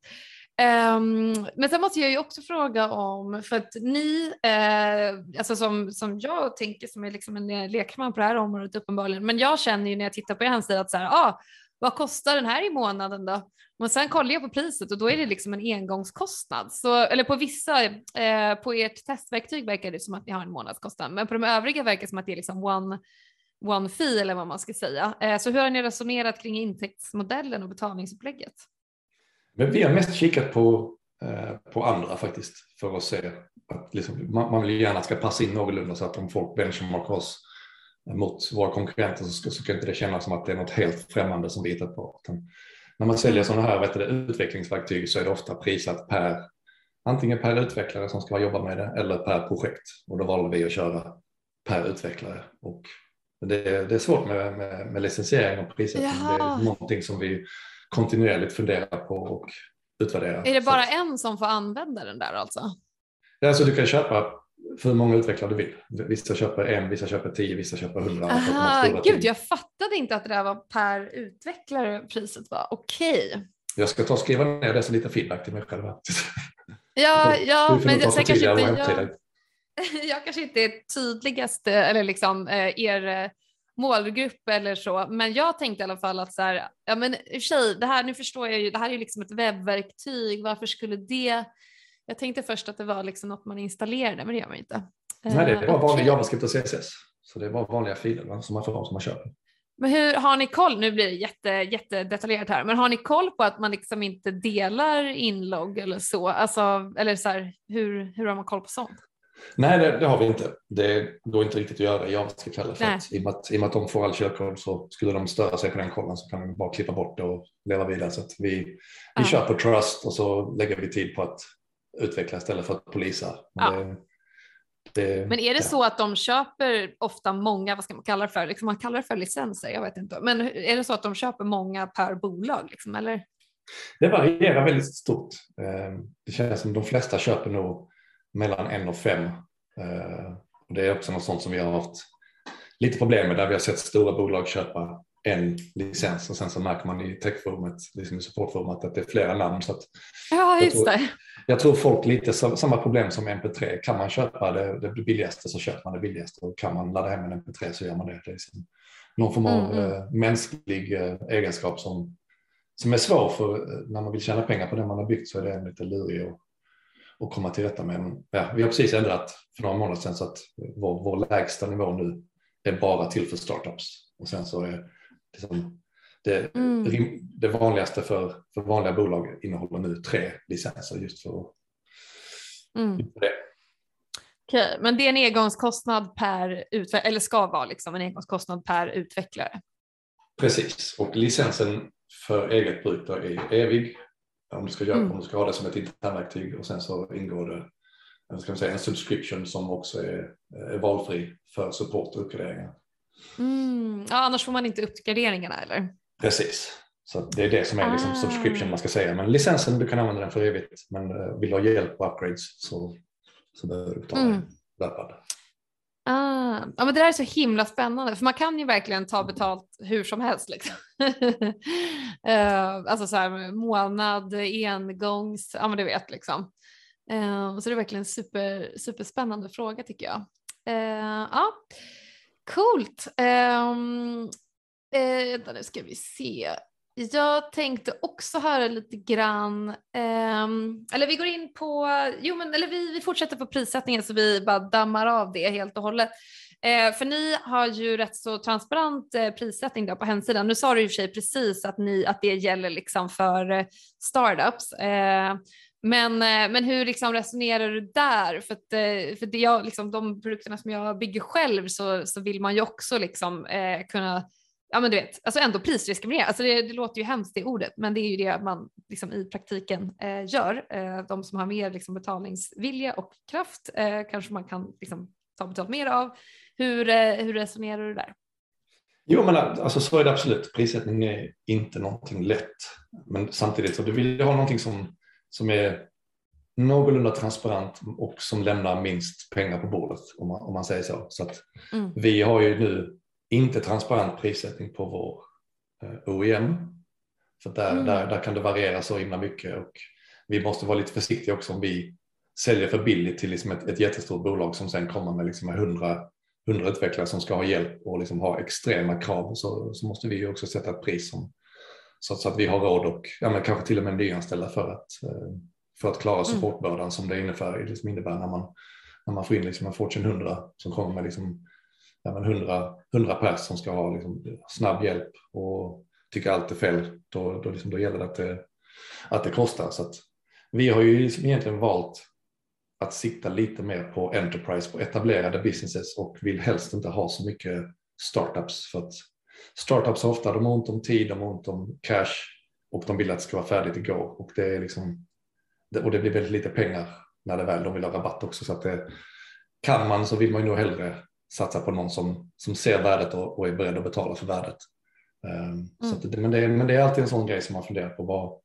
S1: Um, men sen måste jag ju också fråga om, för att ni, uh, alltså som, som jag tänker som är liksom en lekman på det här området uppenbarligen, men jag känner ju när jag tittar på er hemsida att så här, ah, vad kostar den här i månaden då? Och sen kollar jag på priset och då är det liksom en engångskostnad. Så, eller på vissa, eh, på ert testverktyg verkar det som att ni har en månadskostnad. Men på de övriga verkar det som att det är liksom one, one fee eller vad man ska säga. Eh, så hur har ni resonerat kring intäktsmodellen och betalningsupplägget?
S2: Men vi har mest kikat på, eh, på andra faktiskt för att se att liksom, man, man vill gärna att det ska passa in någorlunda så att om folk benchmarkar oss mot våra konkurrenter så ska, så ska inte det kännas som att det är något helt främmande som vi hittat på. När man säljer sådana här vet du, utvecklingsverktyg så är det ofta prisat per, antingen per utvecklare som ska jobba med det eller per projekt. Och då valde vi att köra per utvecklare. Och det, det är svårt med, med, med licensiering och prissättning. Det är någonting som vi kontinuerligt funderar på och utvärderar.
S1: Är det bara så en som får använda den där alltså?
S2: Ja, alltså du kan köpa för hur många utvecklare du vill. Vissa köper en, vissa köper tio, vissa köper hundra.
S1: Aha, gud, jag fattade inte att det där var per utvecklare priset var. Okej. Okay.
S2: Jag ska ta och skriva ner det som lite feedback till mig själv.
S1: Ja, ja men jag, kanske inte, jag, jag kanske inte är tydligaste eller liksom eh, er målgrupp eller så, men jag tänkte i alla fall att så här, ja men i sig, det här, nu förstår jag ju, det här är ju liksom ett webbverktyg, varför skulle det, jag tänkte först att det var liksom något man installerade, men det gör man inte.
S2: Nej, det är bara vanlig JavaScript och C S S, så det är bara vanliga filer som man får som man köper.
S1: Men hur har ni koll, nu blir det jätte, jätte detaljerat här, men har ni koll på att man liksom inte delar inlogg eller så, alltså, eller så här, hur, hur har man koll på sånt?
S2: Nej, det, det har vi inte. Det går inte riktigt att göra i JavaScript heller. För att, i, och med att, I och med att de får all källkod så skulle de störa sig på den kollen så kan de bara klippa bort det och leva vidare. Så att vi, vi uh. kör på trust och så lägger vi tid på att utveckla istället för att polisa. Men,
S1: uh.
S2: det, det,
S1: Men är det
S2: ja.
S1: så att de köper ofta många, vad ska man kalla det för? Liksom man kallar det för licenser, jag vet inte. Men är det så att de köper många per bolag? Liksom, eller?
S2: Det varierar väldigt stort. Det känns som de flesta köper nog mellan en och fem. Det är också något sånt som vi har haft lite problem med, där vi har sett stora bolag köpa en licens och sen så märker man i techforumet, liksom i supportforumet, att det är flera namn. Så att
S1: ja, just
S2: jag, tror,
S1: det.
S2: jag tror folk lite samma problem som M P tre. Kan man köpa det, det billigaste så köper man det billigaste, och kan man ladda hem en M P tre så gör man det. Det är liksom någon form av mm, mm. mänsklig egenskap som, som är svår, för när man vill tjäna pengar på det man har byggt så är det lite lurig att, att komma till rätta med. Men, ja, vi har precis ändrat för några månader sedan så att vår, vår lägsta nivå nu är bara till för startups. Och sen så är liksom, det, mm. det vanligaste för, för vanliga bolag innehåller nu tre licenser just för,
S1: mm.
S2: för det.
S1: Okej, men det är en engångskostnad per utvecklare, eller ska vara liksom en engångskostnad per utvecklare?
S2: Precis, och licensen för eget bruk då är evig om du ska göra, mm. om du ska ha det som ett internverktyg, och sen så ingår det, ska man säga, en subscription som också är, är valfri för support och uppgraderingar.
S1: Mm. Ja, annars får man inte uppgraderingarna, eller?
S2: Precis, så det är det som är liksom ah. subscription man ska säga, men licensen du kan använda den för evigt, men vill du ha hjälp på upgrades så, så behöver du betala mm. löpande.
S1: Ah. Ja, men det där är så himla spännande, för man kan ju verkligen ta betalt hur som helst liksom. uh, alltså så här månad, engångs, ja men du vet liksom. Uh, så det är verkligen en super, superspännande fråga tycker jag. Uh, ja, coolt. Um, uh, nu ska vi se. Jag tänkte också höra lite grann, um, eller vi går in på, jo men eller vi, vi fortsätter på prissättningen så vi bara dammar av det helt och hållet. Uh, för ni har ju rätt så transparent uh, prissättning där på hemsidan. Nu sa du i och för sig precis att, ni, att det gäller liksom för uh, startups. Uh, men, uh, men hur liksom resonerar du där? För, att, uh, för det jag, liksom, de produkterna som jag bygger själv så, så vill man ju också liksom, uh, kunna, ja men du vet, alltså ändå prisdiskriminera. Alltså det, det låter ju hemskt i ordet, men det är ju det man liksom i praktiken eh, gör. Eh, de som har mer liksom betalningsvilja och kraft eh, kanske man kan liksom ta betalt mer av. Hur, eh, hur resonerar du där?
S2: Jo, men alltså, så är det absolut. Prissättning är inte någonting lätt. Men samtidigt så du vill ha någonting som, som är någorlunda transparent och som lämnar minst pengar på bordet, om man, om man säger så. Så att mm. vi har ju nu inte transparent prissättning på vår eh, O E M. För där, mm. där, där kan det variera så himla mycket, och vi måste vara lite försiktiga också om vi säljer för billigt till liksom ett, ett jättestort bolag som sen kommer med liksom hundra, hundra utvecklare som ska ha hjälp och liksom ha extrema krav, så, så måste vi också sätta ett pris som, så, så att vi har råd och ja, men kanske till och med nyanställa för att, för att klara supportbördan mm. som det innebär, liksom innebär när, man, när man får in liksom en Fortune hundra som kommer med liksom ja, men hundra, hundra pers som ska ha liksom snabb hjälp och tycker allt är fel, då, då, liksom, då gäller det att, det att det kostar. Så att vi har ju liksom egentligen valt att sikta lite mer på enterprise, på etablerade businesses, och vill helst inte ha så mycket startups, för att startups ofta, de har ont om tid, de har ont om cash, och de vill att det ska vara färdigt igår, och det är liksom, och det blir väldigt lite pengar när det väl, de vill ha rabatt också, så att det, kan man så vill man ju nog hellre satsa på någon som, som ser värdet och, och är beredd att betala för värdet. Um, mm. så att, men, det är, men det är alltid en sån grej som man funderar på, vad,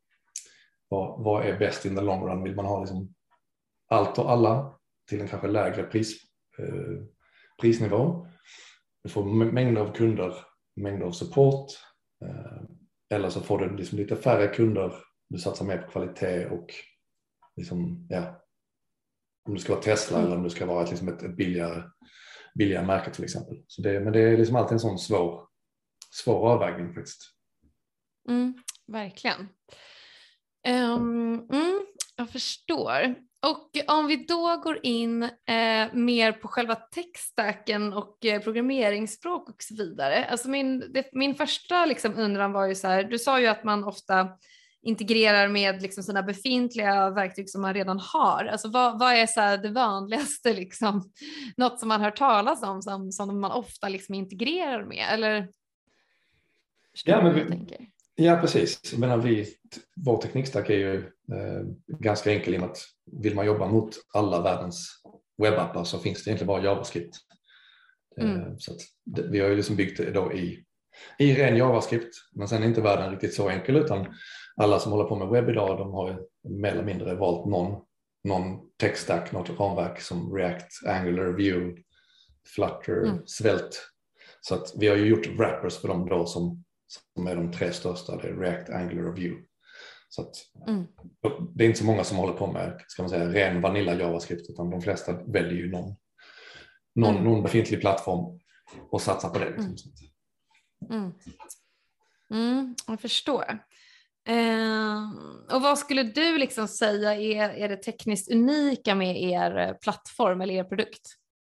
S2: vad, vad är bäst in the long run? Vill man ha liksom allt och alla till en kanske lägre pris, eh, prisnivå? Du får mängder av kunder, mängder av support, eh, eller så får du liksom lite färre kunder, du satsar mer på kvalitet och liksom, ja, om du ska vara Tesla mm. eller om du ska vara ett, liksom ett, ett billigare billiga märken till exempel. Så det, men det är liksom alltid en sån svår, svår avvägning faktiskt.
S1: Mm, verkligen. Um, mm, jag förstår. Och om vi då går in eh, mer på själva textstacken och eh, programmeringsspråk och så vidare. Alltså min, det, min första liksom undran var ju så här, du sa ju att man ofta integrerar med liksom sina befintliga verktyg som man redan har. Alltså vad, vad är så här det vanligaste, liksom, något som man hör talas om som, som man ofta liksom integrerar med? Eller
S2: ja, men vi, jag tänker? Ja, precis. Jag menar, vi, vår teknikstack är ju eh, ganska enkel i och med att vill man jobba mot alla världens webbappar så finns det egentligen bara JavaScript. Mm. Eh, så att det, vi har ju liksom byggt det då i, i ren JavaScript, men sen är inte världen riktigt så enkel, utan alla som håller på med webb idag, de har mer eller mindre valt någon, någon tech-stack, något ramverk som React, Angular, Vue, Flutter, mm. Svelte. Så att vi har ju gjort wrappers för dem då som, som är de tre största. Det är React, Angular och Vue. Så att,
S1: mm.
S2: det är inte så många som håller på med, ska man säga, ren vanilla JavaScript, utan de flesta väljer ju någon, någon, mm. någon befintlig plattform och satsar på det. Liksom.
S1: Mm. Mm. Mm, jag förstår. Eh, och vad skulle du liksom säga är, är det tekniskt unika med er plattform eller er produkt?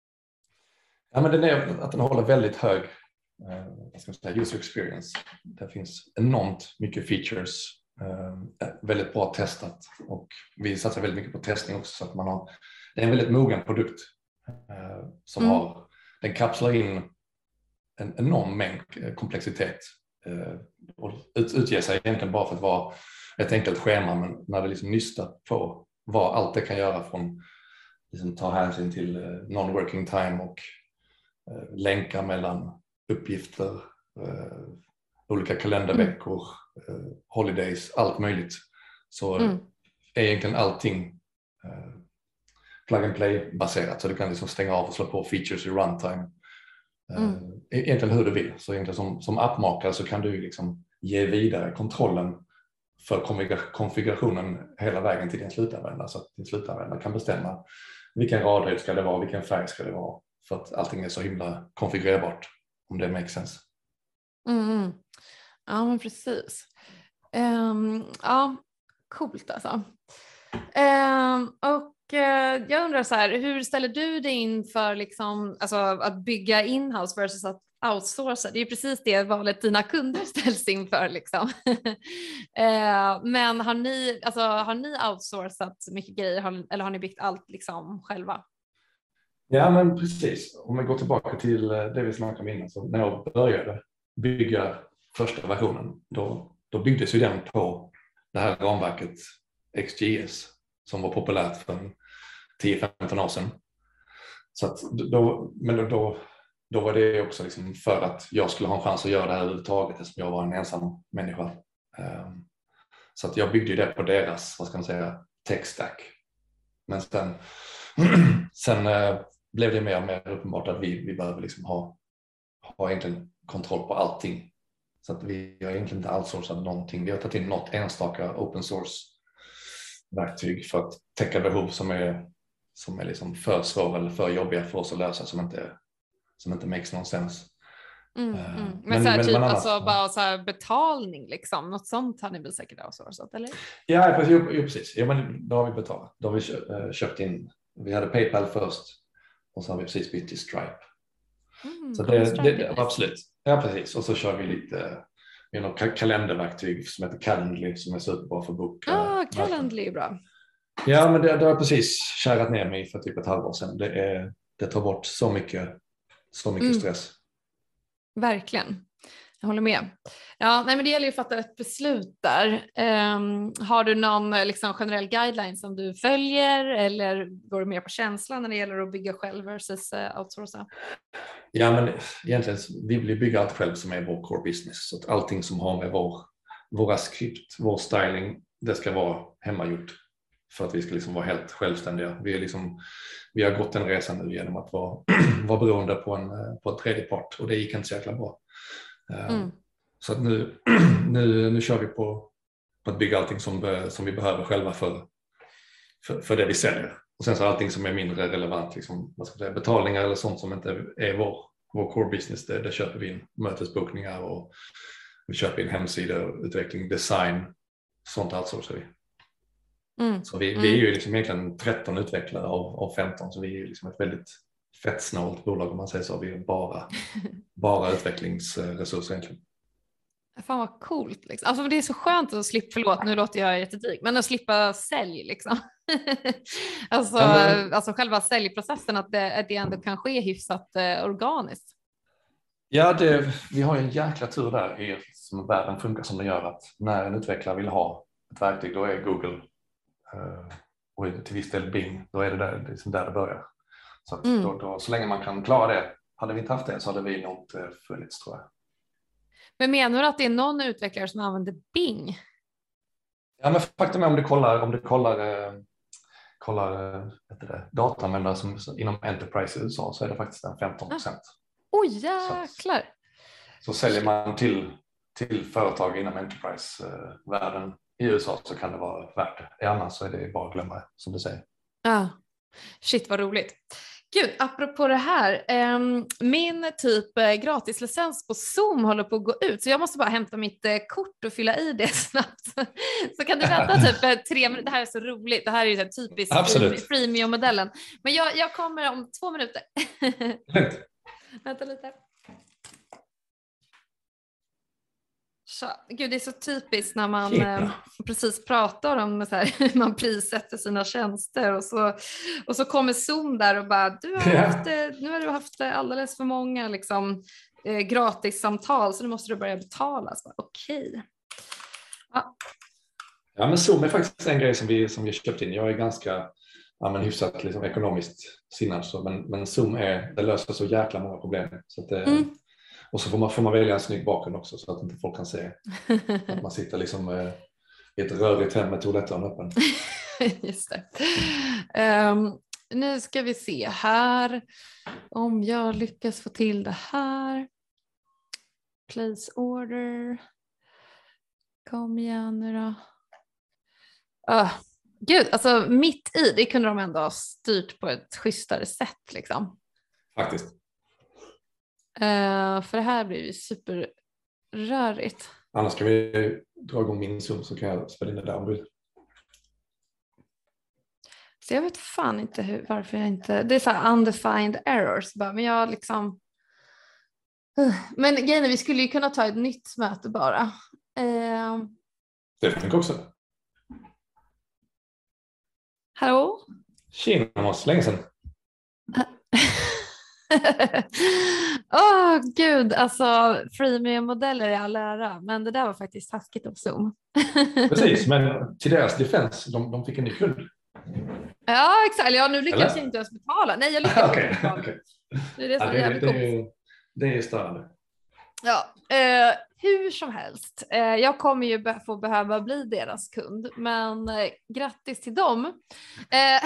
S2: Ja, men den är att den håller väldigt hög eh, vad ska man säga, user experience. Det finns enormt mycket features, eh, väldigt bra testat, och vi satsar väldigt mycket på testning också, så att man har, det är en väldigt mogen produkt eh, som mm. har, den kapslar in en enorm mängd komplexitet eh, och ut, utger sig egentligen bara för att vara ett enkelt schema, men när det liksom nystar på vad allt det kan göra, från liksom ta hänsyn till eh, non-working time och eh, länkar mellan uppgifter, eh, olika kalenderveckor, mm. eh, holidays, allt möjligt, så mm. är egentligen allting eh, plug and play baserat, så du kan liksom stänga av och slå på features i runtime. Mm. Uh, egentligen hur du vill. Så egentligen som, som appmakare så kan du liksom ge vidare kontrollen för konfigurationen hela vägen till din slutanvändare, så att din slutanvändare kan bestämma vilken radhöjd ska det vara, vilken färg ska det vara, för att allting är så himla konfigurerbart, om det makes sense.
S1: Mm. Ja, men precis. Um, ja, coolt alltså. Um, och jag undrar så här, hur ställer du dig in för liksom, alltså, att bygga in-house versus att outsourca? Det är ju precis det valet dina kunder ställs inför. Liksom. eh, men har ni, alltså, har ni outsourcat mycket grejer, har, eller har ni byggt allt liksom, själva?
S2: Ja, men precis. Om vi går tillbaka till det vi snackade om innan, så när jag började bygga första versionen, då, då byggdes ju den på det här ramverket X J S som var populärt för tio femton år sedan. Så att då, men då, då var det också liksom för att jag skulle ha en chans att göra det här överhuvudtaget, eftersom jag var en ensam människa. Så att jag byggde det på deras, vad ska man säga, tech stack. Men sen, sen blev det mer och mer uppenbart att vi, vi behöver liksom ha, ha egentligen kontroll på allting. Så att vi har egentligen inte outsourcat någonting. Vi har tagit in något enstaka open source verktyg för att täcka behov som är, som är liksom för svåra eller för jobbiga för oss att lösa, som inte, som inte makes någon sense.
S1: Mm, mm. Men, men så här, men, typ men annars, alltså bara så här betalning liksom, något sånt har ni väl säkert outsourcat, eller?
S2: Ja, precis. Jo, jo, precis. Ja, men då har vi betalat. Då har vi köpt, köpt in, vi hade PayPal först och så har vi precis bytt till Stripe. Mm, så det, det, det absolut. Ja, precis. Och så kör vi lite vi har något kalenderverktyg som heter Calendly som är superbra för bok.
S1: Ja, ah, Calendly är bra.
S2: Ja, men det, det har jag precis kärat ner mig för typ ett halvår sedan. Det, är, det tar bort så mycket, så mycket mm. stress.
S1: Verkligen. Jag håller med. Ja, nej, men det gäller ju att fatta ett beslut där. Um, har du någon liksom, generell guideline som du följer, eller går du mer på känslan när det gäller att bygga själv versus uh, outsourca?
S2: Ja, men egentligen vi vill bygga allt själv som är vår core business. Så att allting som har med vår, våra skript, vår styling, det ska vara hemmagjort för att vi ska liksom vara helt självständiga. Vi, är liksom, vi har gått en resa nu genom att vara, vara beroende på en, på en tredje part, och det gick inte så jäkla bra. Mm. Så att nu, nu, nu kör vi på, på att bygga allting som, som vi behöver själva för, för, för det vi säljer. Och sen så allting som är mindre relevant, liksom, vad ska jag säga, betalningar eller sånt som inte är vår, vår core business, det, det köper vi in. Mötesbokningar och vi köper in hemsidor, utveckling, design, sånt outsourcar vi. Mm. Så vi, mm. vi är ju liksom egentligen tretton utvecklare av, av femton, så vi är ju liksom ett väldigt fettsnålt bolag om man säger så. Vi är bara, bara utvecklingsresurser egentligen.
S1: Fan vad coolt liksom. Alltså det är så skönt att slippa, förlåt nu låter jag jättedik, men att slippa sälj liksom. alltså, ja, men, alltså själva säljprocessen, att det, att det ändå kan ske hyfsat eh, organiskt.
S2: Ja, det, vi har ju en jäkla tur där i som världen funkar som det gör, att när en utvecklare vill ha ett verktyg, då är Google uh, och till viss del Bing, då är det där, det är liksom där det börjar. Så, att mm. då, då, så länge man kan klara det, hade vi inte haft det så hade vi nog inte funnits, tror jag.
S1: Men menar du att det är någon utvecklare som använder Bing?
S2: Ja, men faktum är om du kollar, om du kollar, eh, kollar eh, det, dataanvändare som, inom Enterprise i U S A, så är det faktiskt en femton procent.
S1: Oj, jäklar.
S2: Så, så säljer man till, till företag inom enterprise-världen i U S A så kan det vara värt det. Annars så är det bara att glömma det, som du säger.
S1: Ja, shit vad roligt. Gud, apropå det här, eh, min typ eh, gratislicens på Zoom håller på att gå ut, så jag måste bara hämta mitt eh, kort och fylla i det snabbt. Så kan du vänta typ eh, tre minuter, det här är så roligt, det här är ju så här typiskt freemium-modellen. Men jag, jag kommer om två minuter. Vänta lite. Så, gud, det är så typiskt när man eh, precis pratar om så här, man prissätter sina tjänster och så, och så kommer Zoom där och bara du har haft, nu har du haft alldeles för många liksom, eh, gratis samtal så nu måste du börja betala. Okej. Okay. Ja.
S2: Ja, men Zoom är faktiskt en grej som vi, som vi köpt in. Jag är ganska ja, men hyfsat liksom, ekonomiskt sinnad, så, men, men Zoom är, det löser så jäkla många problem. Så att det, mm. Och så får man, får man välja en snygg bakgrund också så att inte folk kan se att man sitter liksom eh, i ett rörigt hem med toaletten öppen.
S1: Just det. Um, nu ska vi se här om jag lyckas få till det här. Place order. Kom igen nu då. Uh, gud, alltså mitt i det kunde de ändå ha styrt på ett schysstare sätt liksom.
S2: Faktiskt.
S1: Uh, för det här blir ju superrörigt.
S2: Annars ska vi dra igång min Zoom så kan jag spela in det där om du vill.
S1: Så jag vet fan inte hur, varför jag inte... Det är så här undefined errors bara, men jag liksom... Uh, men grejen är, vi skulle ju kunna ta ett nytt möte bara. Uh...
S2: Det tänker också.
S1: Hallå?
S2: Tjena, måste länge sedan.
S1: Åh oh, gud, alltså freemium-modeller är all ära, men det där var faktiskt taskigt av Zoom.
S2: Precis, men till deras defense, de, de fick en ny kund.
S1: Ja, exakt. Ja, nu lyckas jag inte ens betala. Nej, jag lyckas
S2: okay,
S1: inte betala.
S2: Okay.
S1: Det är det som
S2: ja,
S1: är jävligt coolt.
S2: Det, det är störande.
S1: Ja, eh, hur som helst. Eh, jag kommer ju be- få behöva bli deras kund, men eh, grattis till dem. Eh,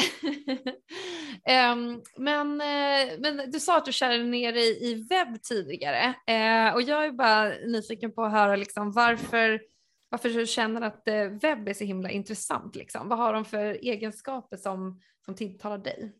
S1: eh, men, eh, men du sa att du kände ner dig i webb tidigare eh, och jag är bara nyfiken på att höra liksom, varför, varför du känner att eh, webb är så himla intressant. Liksom. Vad har de för egenskaper som, som tilltalar dig?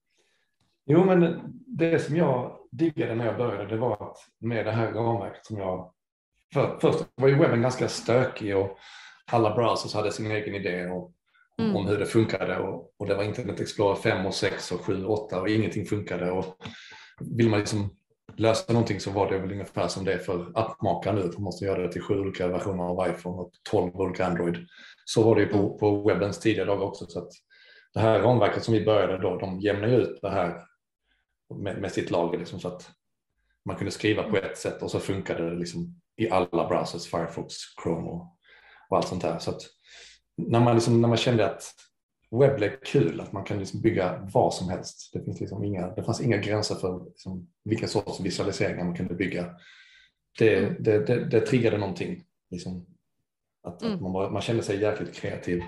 S2: Jo, men det som jag diggade när jag började, det var att med det här ramverket som jag... För, först var ju webben ganska stökig och alla browsers hade sin egen idé och, mm. om hur det funkade. Och, och det var Internet Explorer fem och sex och sju och åtta och ingenting funkade. Och vill man liksom lösa någonting så var det väl ungefär som det är för appmakare nu. Man måste göra det till sju olika versioner av iPhone och tolv olika Android. Så var det ju på, på webbens tidiga dagar också. Så att det här ramverket som vi började då, de jämnar ut det här Med, med sitt lager liksom, så att man kunde skriva på ett sätt och så funkade det liksom i alla browsers, Firefox, Chrome och, och allt sånt där. Så att när man, liksom, när man kände att webb blev kul, att man kan liksom bygga vad som helst. Det, finns liksom inga, det fanns inga gränser för liksom, vilka sorts visualiseringar man kunde bygga. Det, mm. det, det, det triggade någonting. Liksom, att, mm. att man, bara, man kände sig jäkligt kreativ.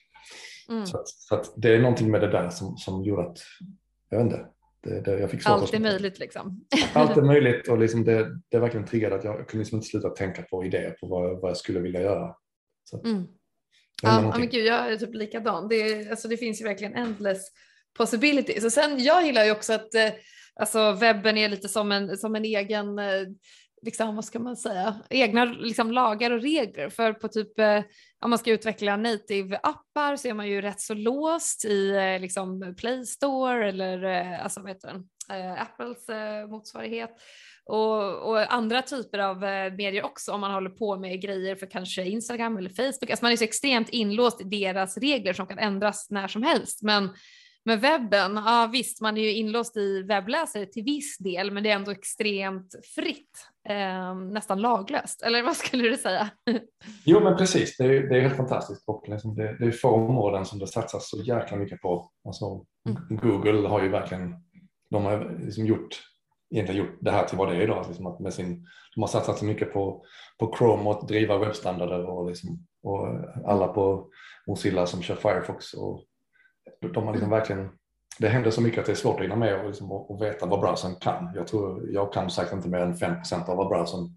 S2: Mm. Så, att, så att det är någonting med det där som, som gjorde att, jag vet inte, Det, det, jag fick
S1: allt är möjligt liksom.
S2: Allt är möjligt och liksom det, det verkligen triggade att jag kunde liksom inte sluta tänka på idéer på vad, vad jag skulle vilja göra. Så,
S1: mm. Ja, men gud, jag är typ likadan. Det, alltså, det finns ju verkligen endless possibilities. Och sen, jag gillar ju också att eh, alltså, webben är lite som en, som en egen, eh, liksom, vad ska man säga, egna liksom, lagar och regler. För på typ, eh, om man ska utveckla native-appar så är man ju rätt så låst i eh, liksom Play Store eller eh, alltså, vad heter den? Eh, Apples eh, motsvarighet. Och, och andra typer av eh, medier också, om man håller på med grejer för kanske Instagram eller Facebook. Alltså man är så extremt inlåst i deras regler som kan ändras när som helst. Men med webben, ja visst, man är ju inlåst i webbläsare till viss del, men det är ändå extremt fritt, eh, nästan laglöst. Eller vad skulle du säga?
S2: Jo, men precis, det är, det är helt fantastiskt. Och liksom det, det är få områden som det satsas så jäkla mycket på. Alltså, mm. Google har ju verkligen, de har liksom gjort, egentligen gjort det här till vad det är idag. Liksom att med sin, de har satsat så mycket på, på Chrome och att driva webbstandarder och, liksom, och alla på Mozilla som kör Firefox och de har liksom verkligen, det händer så mycket att det är svårt att hinna med och, liksom, och, och veta vad browsern kan. Jag tror, jag kan säkert inte mer än fem procent av vad browsern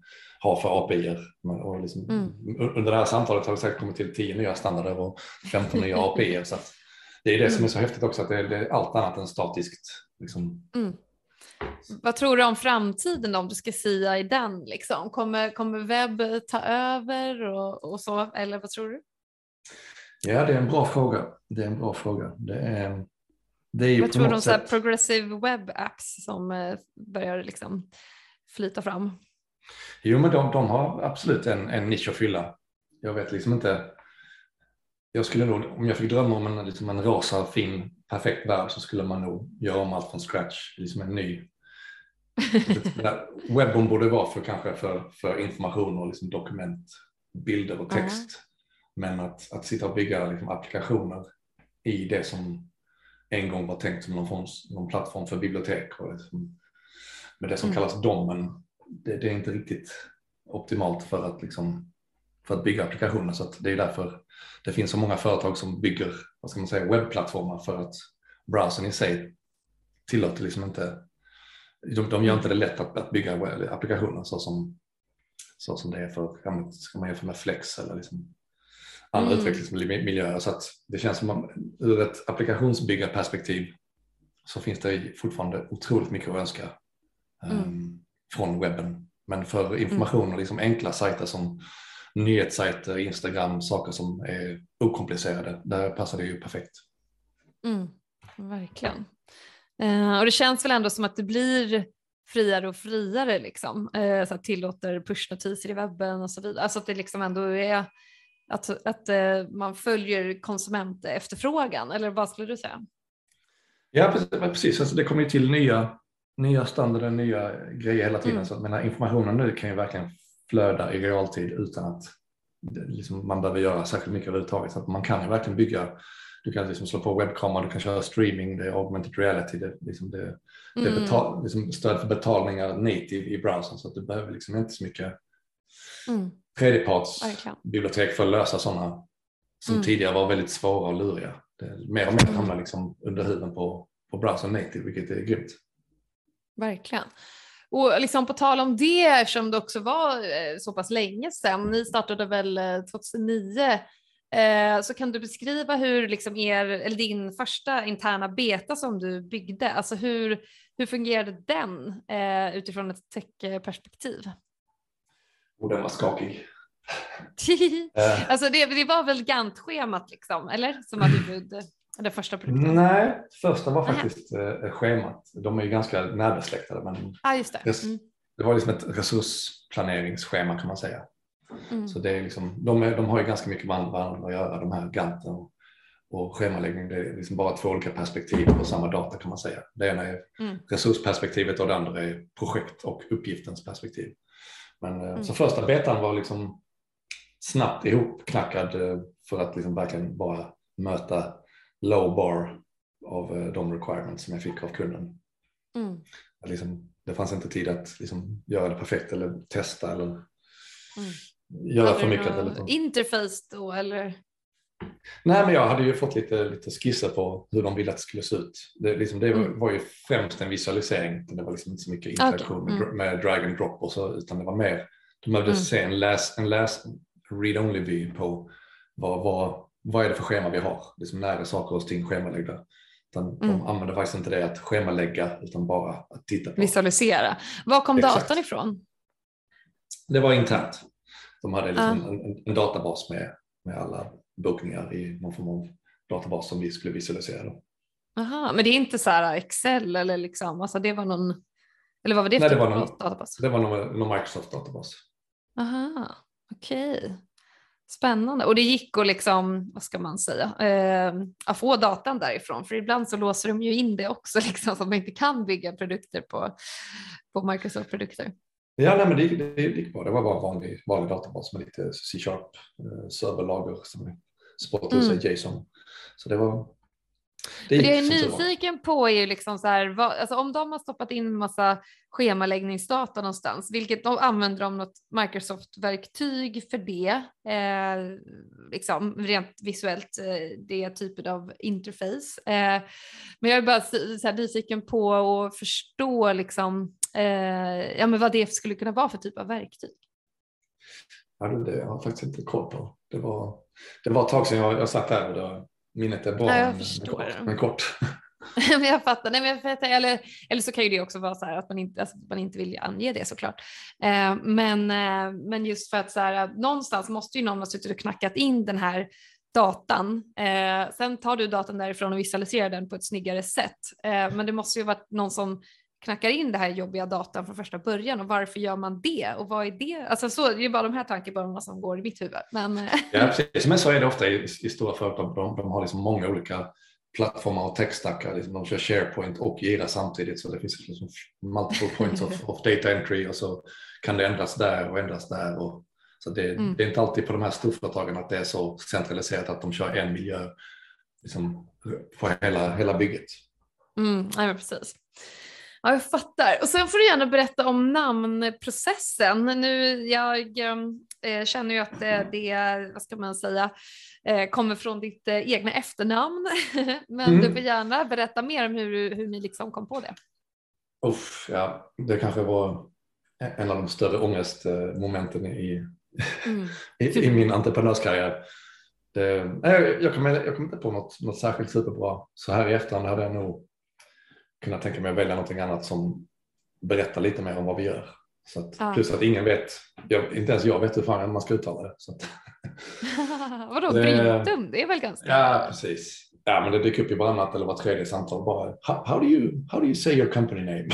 S2: har för A P I-er. Och liksom, mm. Under det här samtalet har det säkert kommit till tio nya standarder och femton nya A P I-er. Så att det är det mm. som är så häftigt också, att det är, det är allt annat än statiskt. Liksom.
S1: Mm. Vad tror du om framtiden om du ska sia i den? Liksom? Kommer, kommer webb ta över och, och så? Eller vad tror du?
S2: Ja, det är en bra fråga. Det är en bra fråga. Det är, det är ju
S1: vad
S2: på
S1: tror du om
S2: något
S1: så här
S2: sätt...
S1: progressive web apps som eh, börjar liksom flyta fram?
S2: Jo, men de, de har absolut en, en nisch att fylla. Jag vet liksom inte... Jag skulle nog, om jag fick drömma om en, liksom en rosa, fin, perfekt värld, så skulle man nog göra om allt från scratch. Liksom en ny... Webben borde vara för kanske för, för information och liksom dokument, bilder och text. Uh-huh. Men att, att sitta och bygga liksom applikationer i det som en gång var tänkt som någon, form, någon plattform för bibliotek. Och liksom, med det som mm. kallas domen, det, det är inte riktigt optimalt för att, liksom, för att bygga applikationer. Så att det är därför det finns så många företag som bygger, vad ska man säga, webbplattformar, för att browsern i sig tillåter liksom inte, de, de gör inte det lätt att, att bygga applikationer så som, så som det är för, ska man jämföra med Flex eller liksom andra mm. utvecklingsmiljöer. Så att det känns som att ur ett applikationsbyggarperspektiv så finns det fortfarande otroligt mycket att önska um, mm. från webben. Men för information och liksom enkla sajter som nyhetssajter, Instagram, saker som är okomplicerade, där passar det ju perfekt.
S1: Mm. Verkligen. Uh, och det känns väl ändå som att det blir friare och friare liksom, uh, så att tillåter pushnotiser i webben och så vidare. Alltså att det liksom ändå är Att, att uh, man följer konsumentefterfrågan, eller vad skulle du säga?
S2: Ja, precis. precis. Alltså, det kommer ju till nya, nya standarder, nya grejer hela tiden. Mm. Så att, menar, informationen nu kan ju verkligen flöda i realtid utan att liksom, man behöver göra särskilt mycket överhuvudtaget. Så att man kan ju verkligen bygga, du kan liksom slå på webbkamera, du kan köra streaming, det är augmented reality, det, liksom det, mm. det är betal, liksom stöd för betalningar native i browsern, så att du behöver liksom inte så mycket mm. tredjepartsbibliotek för att lösa sådana som mm. tidigare var väldigt svåra och luriga. Det, mer och mer hamnar liksom under huden på, på browser native, vilket är grymt.
S1: Verkligen. Och liksom på tal om det, eftersom det också var så pass länge sedan, ni startade väl tjugohundranio, eh, så kan du beskriva hur liksom er, eller din första interna beta som du byggde, alltså hur, hur fungerade den eh, utifrån ett tech-perspektiv?
S2: Och den var skakig.
S1: Alltså det, det var väl Gantt-schemat liksom, eller? Som var huvud, den första produkten.
S2: Nej, första var faktiskt eh, schemat. De är ju ganska närbesläktade. Men
S1: ah, just det. Mm.
S2: Det var liksom ett resursplaneringsschema kan man säga. Mm. Så det är liksom, de, är, de har ju ganska mycket med varandra att göra, de här Gantten och, och schemaläggning. Det är liksom bara två olika perspektiv på samma data kan man säga. Det ena är mm. resursperspektivet och det andra är projekt- och uppgiftens perspektiv. Men, mm. Så första betan var liksom snabbt ihopknackad för att liksom verkligen bara möta low bar av de requirements som jag fick av kunden. Mm. Att liksom, det fanns inte tid att liksom göra det perfekt eller testa eller mm. göra hade för mycket. Eller
S1: interface då eller?
S2: Nej, men jag hade ju fått lite, lite skisser på hur de ville att det skulle se ut. Det, liksom, det mm. var ju främst en visualisering. Det var liksom inte så mycket interaktion okay. mm. med drag and drop och så, utan det var mer, de behövde mm. se en läs, en läs read-only view på vad, vad, vad är det för schema vi har. Liksom när är saker och ting schemaläggda. Utan mm. De använde faktiskt inte det att schemalägga utan bara att titta på.
S1: Visualisera. Var kom Exakt. datan ifrån?
S2: Det var internt. De hade liksom uh. en, en databas med, med alla bokningar i någon form av databas som vi skulle visualisera.
S1: Aha, men det är inte så här Excel eller liksom, alltså det var någon, eller vad var det för
S2: Nej, det var någon,
S1: databas?
S2: Det var någon, någon Microsoft-databas.
S1: Aha, okej. Okay. Spännande. Och det gick att liksom, vad ska man säga, eh, att få datan därifrån. För ibland så låser de ju in det också liksom, så att man inte kan bygga produkter på, på Microsoft-produkter.
S2: Ja, nej, men det, det, det gick bra. Det var bara vanlig, vanlig databas med lite C-sharp eh, serverlager som spottar mm. sig JSON. Så det var... Det,
S1: det jag är nyfiken på är ju liksom så här, vad, alltså om de har stoppat in massa schemaläggningsdata någonstans, vilket de använder de något Microsoft-verktyg för det, eh, liksom rent visuellt, eh, det typen av interface. Eh, men jag är bara så här nyfiken på att förstå liksom, eh, ja, men vad det skulle kunna vara för typ av verktyg.
S2: Ja, det jag har faktiskt inte koll på. Det var, det var ett tag sedan jag, jag satt där och det, minnet är bra,
S1: Ja, jag
S2: men,
S1: förstår
S2: men,
S1: det.
S2: kort, men kort.
S1: Men jag fattar. Nej, men jag fattar. Eller, eller så kan ju det också vara så här att man inte, alltså, man inte vill ange det såklart. Eh, men, eh, men just för att så här, någonstans måste ju någon ha suttit och knackat in den här datan. Eh, sen tar du datan därifrån och visualiserar den på ett snyggare sätt. Eh, men det måste ju vara någon som knackar in det här jobbiga datan från första början, och varför gör man det och vad är det? Alltså så, det är bara de här tankebanorna som går i mitt huvud. Men...
S2: Ja, precis. Men så är det ofta i, i stora företag. De, de har liksom många olika plattformar och techstackar. Liksom de kör SharePoint och Jira samtidigt, så det finns liksom multiple points of, of data entry, och så kan det ändras där och ändras där. Och, så det, mm. det är inte alltid på de här storföretagen att det är så centraliserat att de kör en miljö liksom, på hela, hela bygget.
S1: Mm, nej, men precis. Ja, jag fattar. Och sen får du gärna berätta om namnprocessen. Nu, jag eh, känner ju att det, det, vad ska man säga, eh, kommer från ditt eh, egna efternamn. Men mm. du får gärna berätta mer om hur, hur ni liksom kom på det.
S2: Uff, ja, det kanske var en av de större ångestmomenten i, mm. i, i min entreprenörskarriär. Det, jag, jag kommer jag kom inte på något, något särskilt superbra. Så här i efterhand hade jag nog kunna tänka mig att välja någonting annat som berättar lite mer om vad vi gör. Så att, ja. Plus att ingen vet, jag, inte ens jag vet hur fan man ska uttala det. Så att,
S1: vadå, Brintum? Det är väl ganska...
S2: Ja, precis. Ja, men det dyker upp i varannat eller var tredje samtal bara, how, how, do you, how do you say your company name?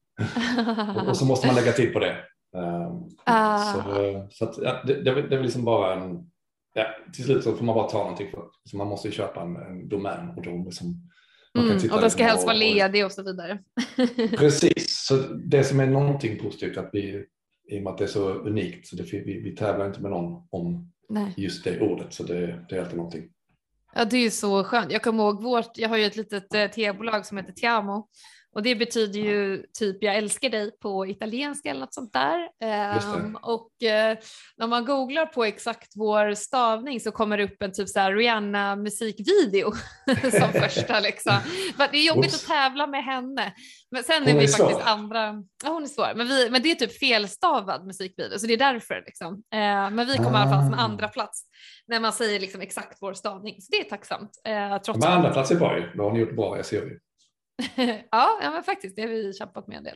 S2: och, och så måste man lägga till på det. Um, uh. Så, så att, ja, det, det, det är liksom bara en... Ja, till slut så får man bara ta någonting för så man måste ju köpa en, en domän och då liksom
S1: Mm, och den ska helst vara ledig och så vidare.
S2: Precis, så det som är någonting positivt att vi, i och med att det är så unikt, så det, vi, vi tävlar inte med någon om Nej. just det ordet, så det, det är alltid någonting.
S1: Ja, det är ju så skönt. Jag kommer ihåg vårt, jag har ju ett litet eh, tebolag som heter Tiamo. Och det betyder ju typ jag älskar dig på italienska eller något sånt där. Um, och eh, när man googlar på exakt vår stavning så kommer det upp en typ så här Rihanna musikvideo som första liksom. Men det är jobbigt Oops. att tävla med henne. Men sen hon är vi är faktiskt svår. andra, ja hon är svår. Men, vi, men det är typ felstavad musikvideo så det är därför liksom. Uh, men vi kommer ah. i alla fall som andra plats när man säger liksom exakt vår stavning. Så det är tacksamt. Uh, trots
S2: men andra plats är bra ju, då har ni gjort bra, jag ser ju.
S1: ja, ja, men faktiskt, det har vi kämpat med en del.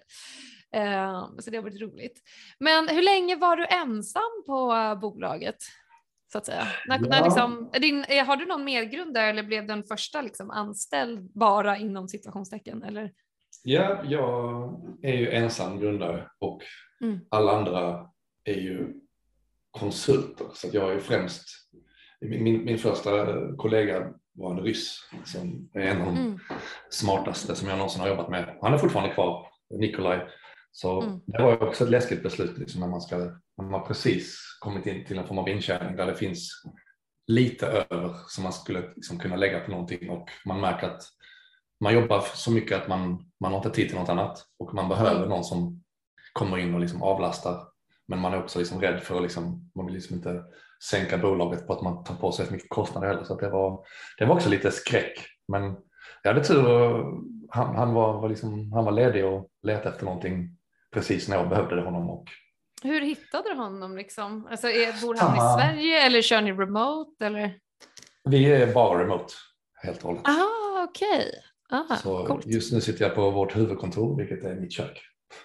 S1: Uh, så det har varit roligt. Men hur länge var du ensam på uh, bolaget? Så att säga. När, ja. när liksom, din, har du någon medgrundare eller blev den första liksom, anställd bara inom situationstecken? Eller?
S2: Ja, jag är ju ensam grundare och mm. alla andra är ju konsulter. Så att jag är främst, min, min första kollega var en ryss som är en av de mm. smartaste som jag någonsin har jobbat med. Han är fortfarande kvar, Nikolaj. Så mm. det var också ett läskigt beslut liksom, när man ska, när man precis kommit in till en form av intjäning där det finns lite över som man skulle liksom kunna lägga på någonting och man märker att man jobbar så mycket att man, man har inte tid till något annat och man behöver mm. någon som kommer in och liksom avlastar. Men man är också liksom rädd för att liksom, man vill liksom inte sänka bolaget på att man tar på sig så mycket kostnader heller. Så att det, var, det var också lite skräck. Men jag hade tur, han, han, var, var liksom, han var ledig och letade efter någonting precis när jag behövde det honom. Och...
S1: Hur hittade du honom? Liksom? Alltså, är, bor han Aha. i Sverige eller kör ni remote? Eller?
S2: Vi är bara remote, helt och hållet.
S1: Ah, okej. Okay.
S2: Så coolt. Just nu sitter jag på vårt huvudkontor, vilket är mitt kök.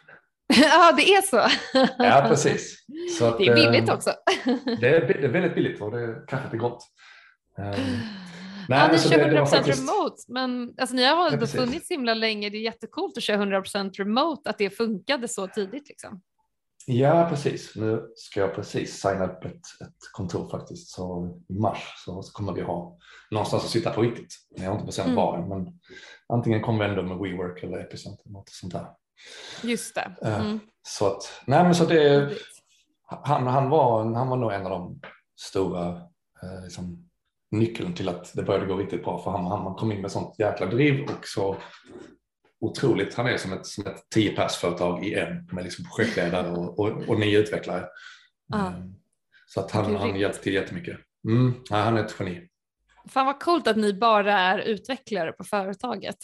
S1: Ja, det är så.
S2: Ja, precis. Så att,
S1: det är billigt också.
S2: det, är, det är väldigt billigt och det, kaffet är gott. Um,
S1: nej, ja, ni kör hundra procent faktiskt... remote, men alltså, ni har ja, funnits himla länge. Det är jättecoolt att köra hundra procent remote, att det funkade så tidigt. Liksom.
S2: Ja, precis. Nu ska jag precis signa upp ett, ett kontor faktiskt. Så i mars så, så kommer vi ha någonstans att sitta på riktigt. Jag har inte bestämt var än, men antingen Convendo med WeWork eller Epicenter, något sånt där.
S1: Just det. Mm.
S2: Så att, nej men så det, han, han, var, han var nog en av de stora eh, liksom, nyckeln till att det började gå riktigt bra för han. Han kom in med sånt jäkla driv och så otroligt. Han är som ett, som ett tio-pers-företag i en med liksom projektledare och, och, och nio utvecklare. Ah. Så att han, han hjälpte till jättemycket. Mm, ja, han är ett geni.
S1: Fan vad coolt att ni bara är utvecklare på företaget.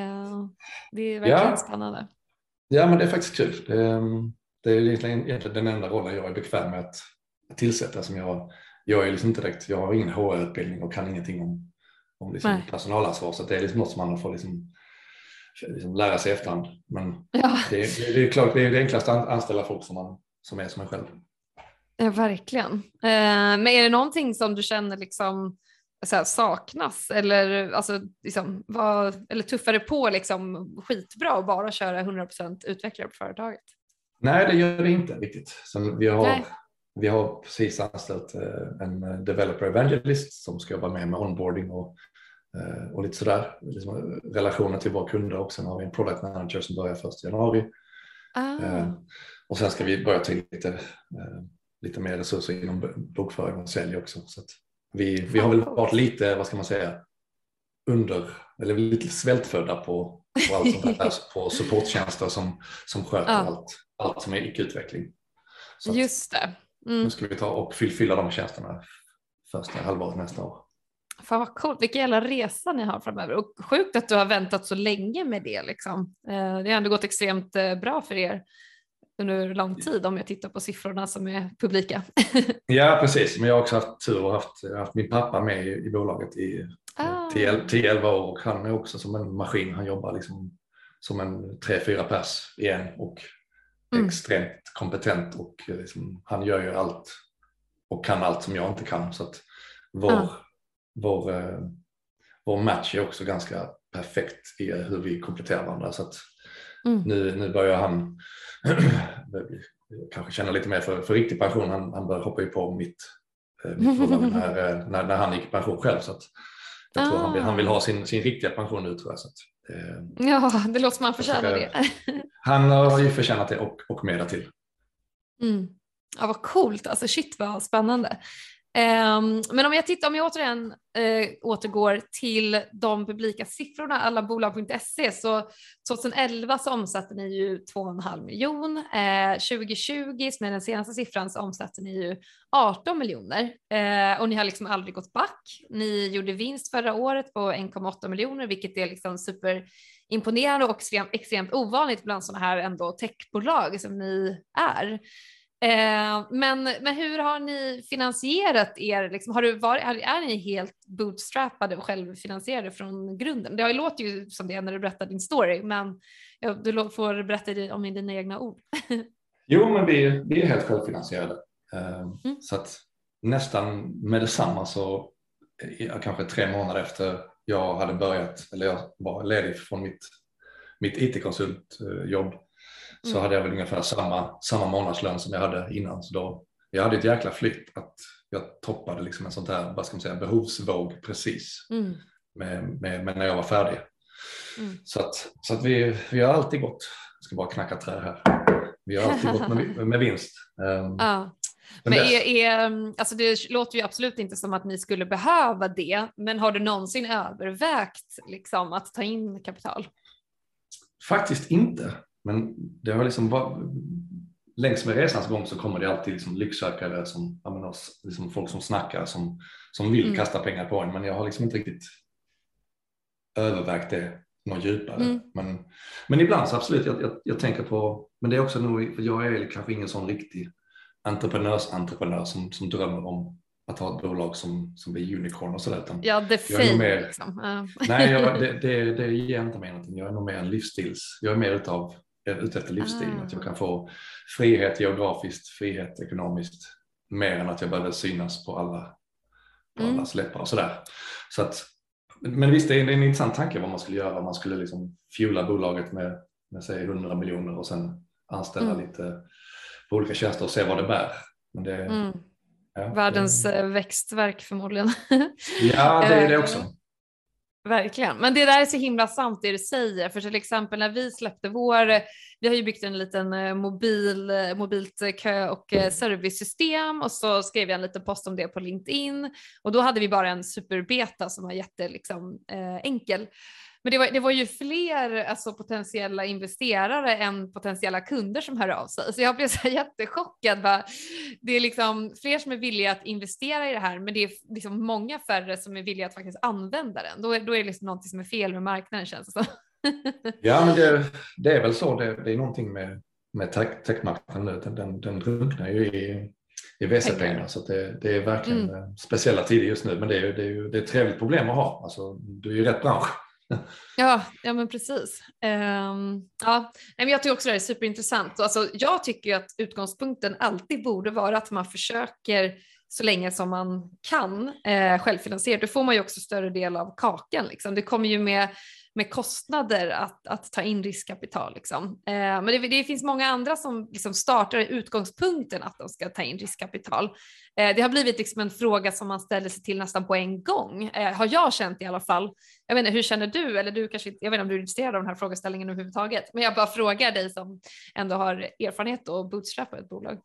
S1: Det är verkligen ja. spännande.
S2: Ja, men det är faktiskt kul. Det, det är egentligen, egentligen den enda rollen jag är bekväm med att, tillsätta som jag, jag är liksom inte direkt, jag har ingen H R-utbildning och kan ingenting om, om liksom personalansvar, så det är liksom något som man får liksom, liksom lära sig i efterhand. Men
S1: ja.
S2: det, det, det är klart, det är det enklaste att anställa folk som, man, som är som en själv.
S1: Ja, verkligen. Eh, men är det någonting som du känner liksom så här, saknas eller, alltså, liksom, vad, eller tuffare på liksom, skitbra och bara köra hundra procent utvecklare på företaget?
S2: Nej, det gör det inte riktigt. Så vi, har, vi har precis anställt en developer evangelist som ska jobba med med onboarding och, och lite sådär. Liksom relationer till våra kunder, och sen har vi en product manager som börjar första januari.
S1: Ah.
S2: Och sen ska vi börja ta in lite, lite mer resurser inom bokföring och sälj också. Så att vi, vi har väl varit lite, vad ska man säga, under, eller lite svältfödda på, på allt sånt där, på supporttjänster som, som sköter ja. allt, allt som är icke-utveckling. Så
S1: just det. Mm.
S2: Nu ska vi ta och fylla de tjänsterna första halvåret nästa år.
S1: Fan vad coolt, vilken jävla resa ni har framöver. Och sjukt att du har väntat så länge med det. Liksom. Det har ändå gått extremt bra för er under lång tid om jag tittar på siffrorna som är publika.
S2: Ja, precis. Men jag har också haft tur och haft, haft min pappa med i, i bolaget i ah. tio elva år, och han är också som en maskin. Han jobbar liksom som en tre fyra pers igen och mm. extremt kompetent, och liksom, han gör ju allt och kan allt som jag inte kan. Så att vår, ah. vår, eh, vår match är också ganska perfekt i hur vi kompletterar varandra. Så att mm. nu, nu börjar han kanske känna lite mer för, för riktig pension. Han, han börjar hoppa ju på mitt, mitt bolag när, när, när han gick i pension själv. Så att jag ah. tror han vill, han vill ha sin, sin riktiga pension nu, tror jag. Så att,
S1: eh, ja, det låter som han förtjänar det.
S2: Han har ju förtjänat det och, och mer till.
S1: Mm. Ja, vad coolt. Alltså shit vad spännande. Um, men om jag tittar, om jag återigen uh, återgår till de publika siffrorna, alla bolag punkt se, så tjugoelva så omsatte ni ju två komma fem miljon. Uh, tjugo tjugo, som är den senaste siffran, så omsatte ni ju arton miljoner. Uh, och ni har liksom aldrig gått back. Ni gjorde vinst förra året på en komma åtta miljoner, vilket är liksom superimponerande och extremt, extremt ovanligt bland sådana här ändå techbolag som ni är. Eh, men, men hur har ni finansierat er? Liksom, har du varit, är ni helt bootstrappade och självfinansierade från grunden? Det låter ju som det när du berättar din story, men ja, du får berätta det om i dina egna ord.
S2: Jo, men vi, vi är helt självfinansierade. Eh, mm. Så att nästan med detsamma så kanske tre månader efter jag hade börjat, eller jag var ledig från mitt, mitt I T-konsultjobb, så mm. hade jag väl ungefär samma, samma månadslön som jag hade innan. Så då, jag hade ett jäkla flytt att jag toppade liksom en sån här, vad ska man säga, behovsvåg precis mm. med, med, med när jag var färdig. Mm. Så att, så att vi, vi har alltid gått, jag ska bara knacka trä här, vi har alltid gått med, med vinst. Um,
S1: ja. Men är, är, alltså det låter ju absolut inte som att ni skulle behöva det, men har du någonsin övervägt liksom, att ta in kapital?
S2: Faktiskt inte. Men det har liksom bara, längs med resans gång så kommer det alltid liksom lycksökare, som, menar, liksom folk som snackar, som, som vill mm. kasta pengar på en. Men jag har liksom inte riktigt övervägt det något djupare. Mm. Men, men ibland så absolut, jag, jag, jag tänker på, men det är också nog, för jag är kanske ingen sån riktig entreprenörsentreprenör som, som drömmer om att ha ett bolag som, som blir unicorn och sådär.
S1: Ja, det är mer, liksom. uh.
S2: Nej, jag, det, det, det ger inte mig någonting. Jag är nog mer en livsstils. Jag är mer utav ute efter livsstilen, ah. att jag kan få frihet geografiskt, frihet ekonomiskt, mer än att jag behöver synas på alla, på mm. alla släppar och sådär. Så att, men visst, det är en intressant tanke vad man skulle göra, om man skulle liksom fuela bolaget med, med säg hundra miljoner och sen anställa mm. lite på olika tjänster och se vad det bär. Men det,
S1: mm. ja, världens det... växtverk förmodligen.
S2: Ja, det är det också.
S1: Verkligen, men det där är så himla sant det du säger, för till exempel när vi släppte vår, vi har ju byggt en liten mobil, mobilt kö- och servicesystem, och så skrev jag en liten post om det på LinkedIn, och då hade vi bara en superbeta som var jätte liksom, eh, enkel. Men det var, det var ju fler alltså, potentiella investerare än potentiella kunder som hör av sig. Så jag blev så jättechockad. Va? Det är liksom fler som är villiga att investera i det här, men det är liksom många färre som är villiga att faktiskt använda den. Då är, då är det liksom något som är fel med marknaden, känns det så.
S2: Ja, men det, det är väl så. Det, det är någonting med, med tech, techmarknaden nu. Den, den, den drunknar ju i, i V C-pengar. Så att det, det är verkligen mm. speciella tider just nu. Men det är, det är ju det är ett trevligt problem att ha. Alltså, du är ju rätt bransch.
S1: Ja, ja men precis. Um, ja. Men jag tycker också det är superintressant. Alltså, jag tycker ju att utgångspunkten alltid borde vara att man försöker så länge som man kan eh, självfinansiera. Då får man ju också större del av kakan. Liksom. Det kommer ju med, med kostnader att, att ta in riskkapital. Liksom. Eh, men det, det finns många andra som liksom startar utgångspunkten att de ska ta in riskkapital. Eh, det har blivit liksom en fråga som man ställer sig till nästan på en gång. Eh, har jag känt i alla fall. Jag vet inte, hur känner du? Eller du kanske, jag vet inte om du är intresserad av den här frågeställningen överhuvudtaget. Men jag bara frågar dig som ändå har erfarenhet och bootstrappa ett bolag.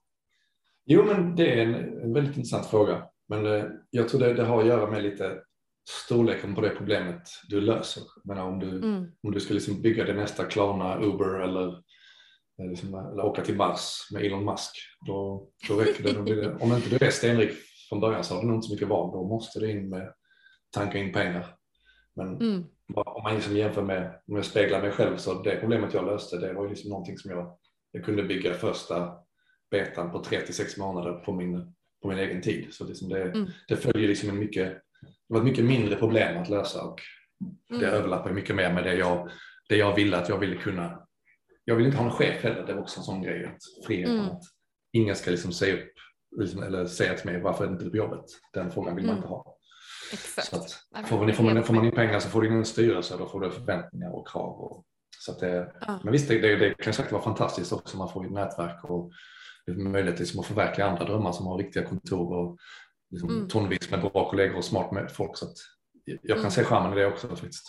S2: Jo, men det är en, en väldigt intressant fråga. Men eh, jag tror det, det har att göra med lite storleken på det problemet du löser. Men om du, mm. om du ska liksom bygga det nästa Klarna, Uber eller, liksom, eller åka till Mars med Elon Musk, då, då räcker det. Om inte du är stenrik från början så har du nog inte så mycket val. Då måste du in med tanka in pengar. Men mm. om man liksom jämför med, om jag speglar mig själv, så det problemet jag löste, det var ju liksom någonting som jag, jag kunde bygga första betan på tre till sex månader på min, på min egen tid. Så liksom det, mm. det följer liksom en mycket, det var ett mycket mindre problem att lösa, och mm. det överlappar mycket mer med det jag, det jag ville att jag ville kunna. Jag vill inte ha en chef heller, det var också en sån grej, att friheten mm. att ingen ska liksom säga upp liksom, eller säga till mig varför är det inte på jobbet. Den frågan vill man mm. inte ha.
S1: Exakt.
S2: Så att, får, man, får, man, får man in pengar så får du ingen styrelse, då får du förväntningar och krav. Och, så att det, ah. Men visst, det, det, det kan säkert vara fantastiskt också, man får ett nätverk och möjlighet liksom att förverkliga andra drömmar som har riktiga kontor och liksom mm. tonvis med bra kollegor och smart med folk. Så att jag kan mm. se charmen i det också faktiskt.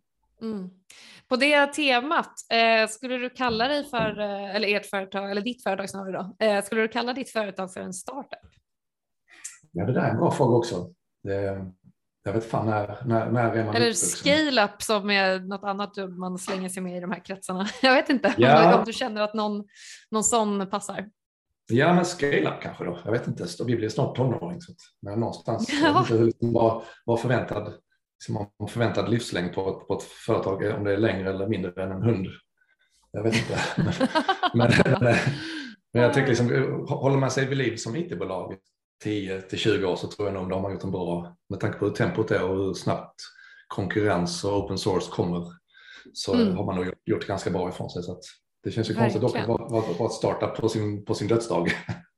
S1: Mm. På det temat, eh, skulle du kalla dig för, eh, eller ert företag, eller ditt företag snarare då, eh, skulle du kalla ditt företag för en startup?
S2: Ja, det där är en bra fråga också. Det, jag vet fan när, när, när är man
S1: eller scale-up som är något annat man slänger sig med i de här kretsarna. Jag vet inte ja. om, om du känner att någon, någon sån passar.
S2: Ja, men scale-up kanske då. Jag vet inte, vi blir snart tonåring. Så att, men någonstans, ja. jag vet inte vad, vad förväntad, liksom, förväntad livslängd på ett, på ett företag, om det är längre eller mindre än en hund. Jag vet inte. men, men, men jag tänker liksom, håller man sig vid liv som I T-bolag tio till tjugo år, så tror jag nog de har gjort en bra, med tanke på hur tempot är och hur snabbt konkurrens och open source kommer, så mm. har man nog gjort, gjort ganska bra ifrån sig. Så att det känns ju konstigt dock att vara ett startup på sin, på sin dödsdag.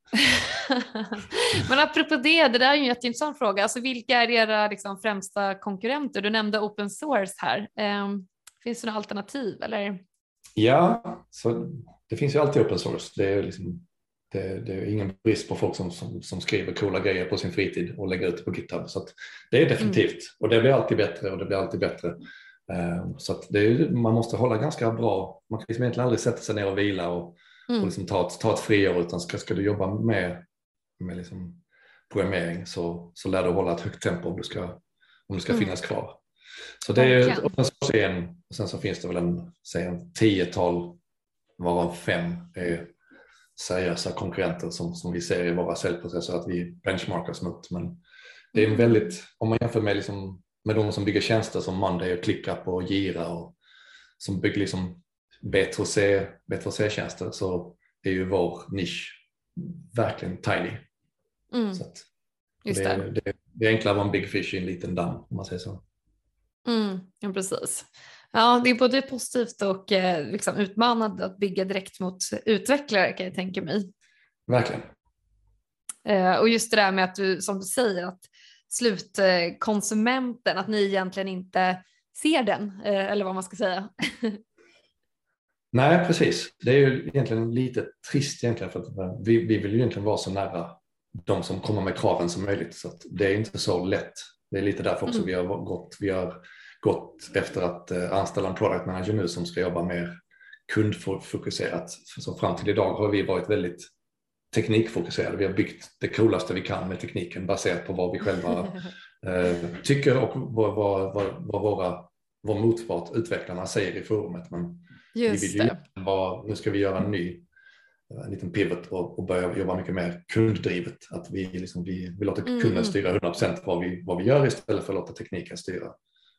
S1: Men apropå det, det där är ju en jätteintressant fråga. Alltså, vilka är era liksom, främsta konkurrenter? Du nämnde open source här. Um, finns det några alternativ? Eller?
S2: Ja, så det finns ju alltid open source. Det är, liksom, det, det är ingen brist på folk som, som, som skriver coola grejer på sin fritid och lägger ut det på GitHub. Så att det är definitivt. Mm. Och det blir alltid bättre och det blir alltid bättre. Så att det är, man måste hålla ganska bra, man kan liksom egentligen aldrig sätta sig ner och vila och, mm. och liksom ta, ett, ta ett friår, utan ska, ska du jobba med, med liksom programmering så, så lär du hålla ett högt tempo om du ska, om du ska mm. finnas kvar. Så det är, och sen, en, och sen så finns det väl en, säg en tiotal, varav fem är seriösa konkurrenter som, som vi ser i våra säljprocesser att vi benchmarkas mot. Men det är en väldigt, om man jämför med liksom med de som bygger tjänster som Monday och ClickUp och Gira och som bygger liksom B två C, B två C-tjänster, så är ju vår nisch verkligen tiny. Mm. Så att Just det, det. Det, det är enklare att vara en big fish i en liten damm, om man säger så.
S1: Mm, ja, precis. Ja, det är både positivt och eh, liksom utmanande att bygga direkt mot utvecklare, kan jag tänka mig.
S2: Verkligen.
S1: Eh, och just det där med att du, som du säger, att slutkonsumenten, att ni egentligen inte ser den, eller vad man ska säga.
S2: Nej, precis. Det är ju egentligen lite trist egentligen, för att vi, vi vill ju egentligen vara så nära de som kommer med kraven som möjligt, så att det är inte så lätt. Det är lite därför också mm. vi har gått, vi har gått efter att anställa en product manager nu som ska jobba mer kundfokuserat. Så fram till idag har vi varit väldigt teknikfokuserade. Vi har byggt det coolaste vi kan med tekniken baserat på vad vi själva eh, tycker och vad, vad, vad, vad våra vår motpart, utvecklarna, säger i forumet. Men
S1: Just
S2: vi vill ju vara, nu ska vi göra en ny en liten pivot och, och börja jobba mycket mer kunddrivet. Att vi, liksom, vi, vi låter kunden styra hundra procent vad vi, vad vi gör istället för att låta tekniken styra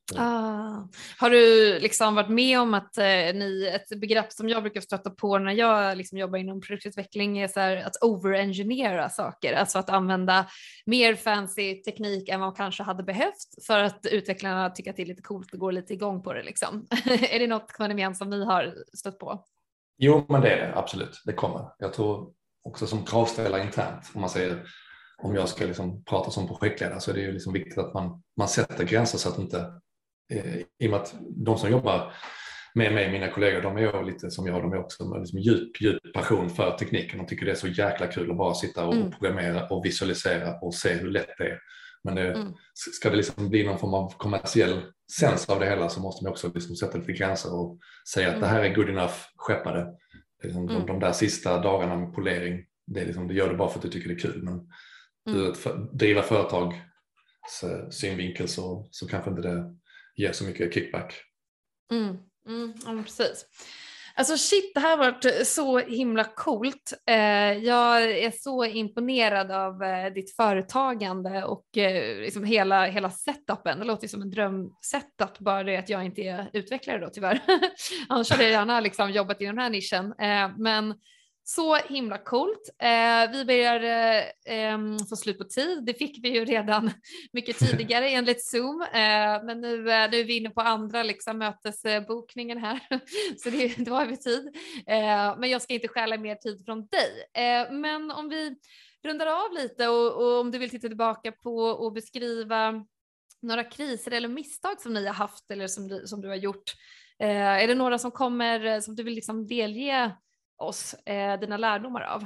S1: Ah. Har du liksom varit med om att eh, ni, ett begrepp som jag brukar stöta på när jag liksom jobbar inom produktutveckling är så här, att overengineera saker, alltså att använda mer fancy teknik än vad man kanske hade behövt för att utvecklarna tycker att det är lite coolt och går lite igång på det liksom. Är det något fenomen som ni har stött på?
S2: Jo, men det är det absolut, det kommer. Jag tror också som kravställare internt, om man säger, om jag ska liksom prata som projektledare, så är det ju liksom viktigt att man, man sätter gränser så att inte, eh, i och med att de som jobbar med mig, mina kollegor, de är ju lite som jag, de är också med liksom djup, djup passion för tekniken. De tycker det är så jäkla kul att bara sitta och mm. programmera och visualisera och se hur lätt det är. Men det, mm. ska det liksom bli någon form av kommersiell sens av det hela, så måste man också liksom sätta lite gränser och säga att mm. det här är good enough, skeppa det. Liksom mm. de, de där sista dagarna med polering, det är liksom, du gör det bara för att du tycker det är kul, men mm. du, att för, driva företag synvinkel så, så kanske inte det ger så mycket kickback.
S1: Mm. Mm, ja, precis. Alltså shit, det här har varit så himla coolt. Eh, jag är så imponerad av eh, ditt företagande och eh, liksom hela, hela setupen. Det låter som en drömsetup, bara det att jag inte är utvecklare då tyvärr. Annars hade jag gärna liksom jobbat i den här nischen. Eh, men så himla coolt. Eh, vi börjar eh, få slut på tid. Det fick vi ju redan mycket tidigare enligt Zoom. Eh, men nu, eh, nu är vi inne på andra liksom, mötesbokningen här. Så det, det var vi tid. Eh, men jag ska inte stjäla mer tid från dig. Eh, men om vi rundar av lite och, och om du vill titta tillbaka på och beskriva några kriser eller misstag som ni har haft eller som du, som du har gjort. Eh, är det några som kommer som du vill liksom delge oss eh, dina lärdomar av?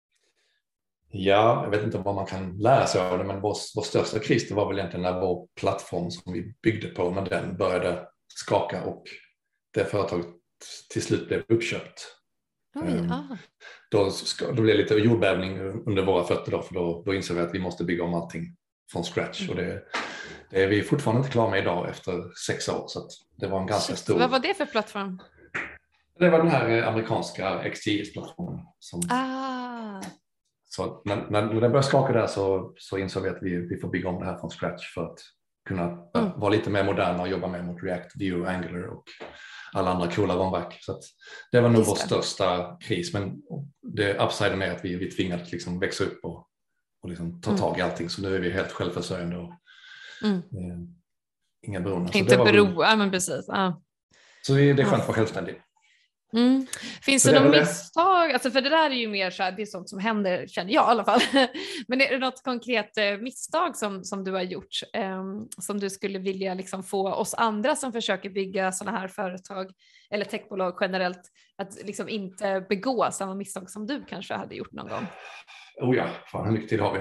S2: Ja, jag vet inte vad man kan lära sig av det, men vår, vår största kris det var väl egentligen när vår plattform som vi byggde på, när den började skaka och det företaget till slut blev uppköpt.
S1: Oj,
S2: um,
S1: ah.
S2: då, ska, då blev det lite jordbävning under våra fötter då, för då, då insåg vi att vi måste bygga om allting från scratch. Mm. Och det, det är vi fortfarande inte klara med idag efter sex år, så att det var en ganska
S1: Shit,
S2: stor...
S1: Vad var det för plattform?
S2: Det var den här amerikanska X T S-plattformen. Som...
S1: Ah.
S2: Så när, när, när det började skaka där så, så insåg vi att vi, vi får bygga om det här från scratch för att kunna mm. vara lite mer moderna och jobba mer mot React, Vue, Angular och alla andra coola ramverk. Så att det var nog vår största kris, men det upsiden är att vi, vi tvingades liksom växa upp och, och liksom ta tag i allting. Så nu är vi helt självförsörjande och
S1: mm.
S2: eh, inga beroende.
S1: Inte bero, ja men precis. Ah.
S2: Så det är skönt att vara självständig.
S1: Mm. Finns det, det några misstag? Alltså för det där är ju mer så här, det är sånt som händer, känner jag i alla fall. Men är det något konkret eh, misstag som, som du har gjort eh, som du skulle vilja liksom få oss andra som försöker bygga sådana här företag eller techbolag generellt att liksom inte begå samma misstag som du kanske hade gjort någon gång?
S2: Oh ja, fan hur mycket tid har vi?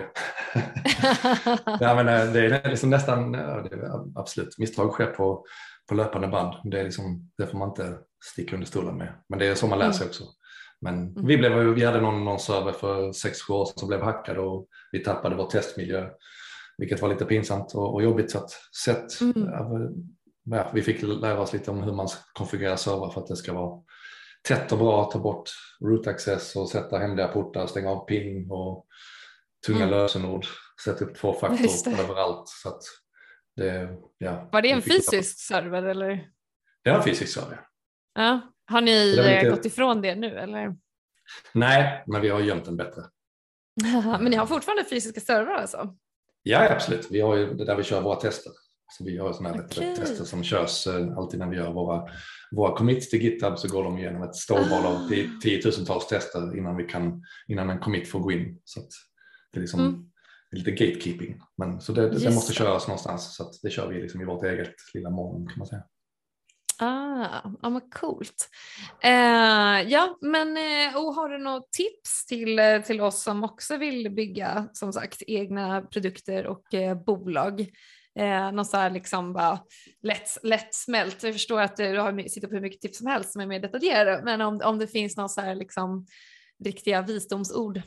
S2: Ja, men det är liksom nästan, ja, det är absolut, misstag sker på, på löpande band. Det, är liksom, det får man inte sticka under stolen med. Men det är så man lär sig också. Men mm. vi, blev, vi hade någon, någon server för sex sju år som blev hackad och vi tappade vår testmiljö. Vilket var lite pinsamt och, och jobbigt. Så att, sett, mm. ja, vi fick lära oss lite om hur man konfigurerar server för att det ska vara tätt och bra, ta bort root access och sätta hemliga portar, stänga av ping och tunga mm. lösenord, sätta upp två faktor överallt. Så att det, ja,
S1: var det en fysisk server eller?
S2: Det var en fysisk server.
S1: Ja. Har ni
S2: lite...
S1: gått ifrån det nu eller?
S2: Nej, men vi har gömt den bättre.
S1: Men ni har fortfarande fysiska servrar alltså?
S2: Ja, absolut. Vi har ju det där vi kör våra tester. Så vi har sådana här okay. tester som körs alltid när vi gör våra, våra commits till GitHub, så går de igenom ett stålbad av tiotusentals tester innan, vi kan, innan en commit får gå in. Så att det är liksom mm. lite gatekeeping. Men, så det, det måste köras någonstans, så att det kör vi liksom i vårt eget lilla moln kan man säga.
S1: Ah, ja men coolt. Eh, ja, men eh, och har du något tips till, till oss som också vill bygga som sagt egna produkter och eh, bolag? Eh, någon så här liksom bara lätt, lätt smält. Jag förstår att du har, sitter på hur mycket tips som helst som är mer detaljerade, men om, om det finns någon så här liksom riktiga visdomsord.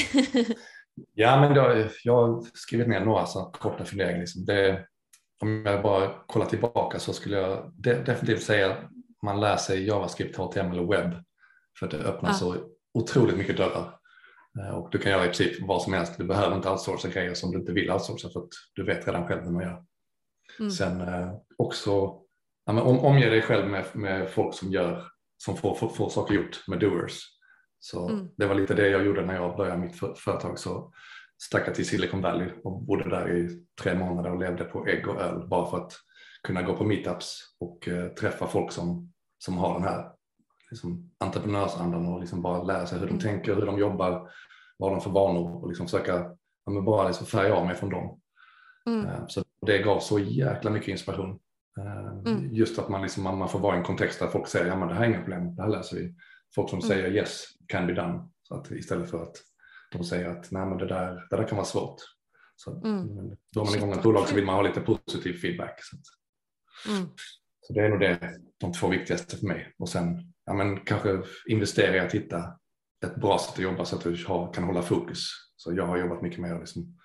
S2: Ja, men då, jag har skrivit ner några så korta funderingar. Liksom. Det, om jag bara kollar tillbaka så skulle jag de, definitivt säga att man lär sig JavaScript, H T M L och webb, för det öppnar ah. så otroligt mycket dörrar. Och du kan göra i princip vad som helst. Du behöver inte outsourca grejer som du inte vill outsourca, för att du vet redan själv hur man gör. Mm. Sen eh, också ja, men om, omge dig själv med, med folk som gör, som får, får, får saker gjort, med doers. Så mm. det var lite det jag gjorde när jag började mitt för, företag. Så stack jag till Silicon Valley och bodde där i tre månader och levde på ägg och öl bara för att kunna gå på meetups och eh, träffa folk som, som har den här liksom, entreprenörsandan och liksom bara lära sig hur de tänker, hur de jobbar, vad de för vanor och liksom försöka ja, men bara liksom färga av mig från dem. Mm. Uh, så det gav så jäkla mycket inspiration. Uh, mm. Just att man, liksom, man, man får vara i en kontext där folk säger ja men det här är inga problem, det här läser vi. Folk som mm. säger yes, can be done. Så att istället för att de säger att nej men det där, det där kan vara svårt. Så mm. då man igång ett bolag så vill man ha lite positiv feedback. Så, att, mm. så det är nog det, de två viktigaste för mig. Och sen ja, men kanske investera i att hitta ett bra sätt att jobba så att du har, kan hålla fokus. Så jag har jobbat mycket med att liksom,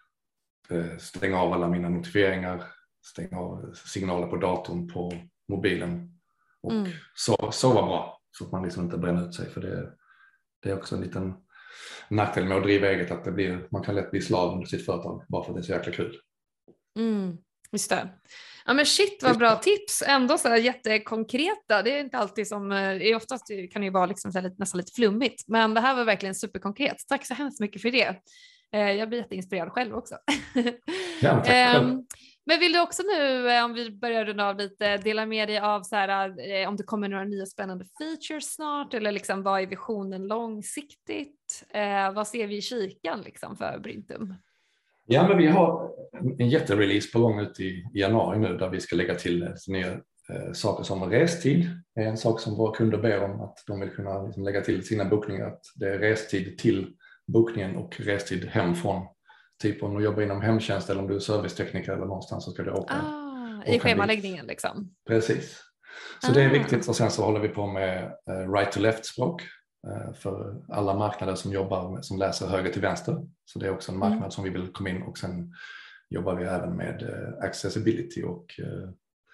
S2: eh, stänga av alla mina notifieringar, stänga av signaler på datorn, på mobilen och mm. sova, sova bra så att man liksom inte bränner ut sig. För det, det är också en liten nackdel med att driva eget, att det blir, man kan lätt bli slav under sitt företag bara för att det är så jäkla kul.
S1: Mm, just det. Ja men shit vad bra tips, ändå så här jättekonkreta. Det är inte alltid som, det är oftast kan det ju vara liksom så här lite, nästan lite flummigt, men det här var verkligen superkonkret. Tack så hemskt mycket för det. Jag blir jätteinspirerad själv också.
S2: Ja, tack själv.
S1: Men vill du också nu, om vi börjar runda av lite, dela med dig av så här, om det kommer några nya spännande features snart, eller liksom vad är visionen långsiktigt? Eh, vad ser vi i kikan liksom för Brintum?
S2: Ja, men vi har en jätterelease på gång ut i, i januari nu där vi ska lägga till nya eh, saker som restid. Det är en sak som våra kunder ber om, att de vill kunna liksom, lägga till sina bokningar, att det är restid till bokningen och restid hem från. Typ om du jobbar inom hemtjänst eller om du är servicetekniker eller någonstans så ska du åka.
S1: Ah, I schemaläggningen liksom.
S2: Precis. Så ah. det är viktigt, och sen så håller vi på med uh, right to left språk uh, för alla marknader som jobbar med, som läser höger till vänster. Så det är också en marknad mm. som vi vill komma in, och sen jobbar vi även med uh, accessibility och uh,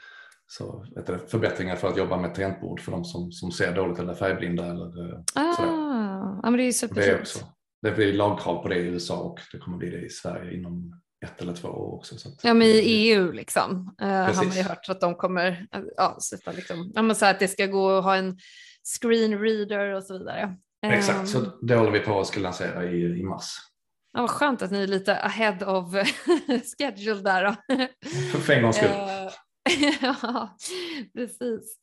S2: så, vet du, förbättringar för att jobba med tangentbord för de som, som ser dåligt eller färgblinda eller uh,
S1: ah.
S2: sådär.
S1: Ja, men det är ju superfint.
S2: Det blir lagkrav på det i U S A och det kommer bli det i Sverige inom ett eller två år också. Så att
S1: ja, men i E U liksom uh, har man ju hört att de kommer ja, sätta liksom, ja, men så att det ska gå att ha en screen reader och så vidare.
S2: Exakt,
S1: um,
S2: så det håller vi på att ska lansera i, i mars.
S1: Ja, vad skönt att ni är lite ahead of schedule där då.
S2: För, för en gångs skull.
S1: Uh, ja, precis.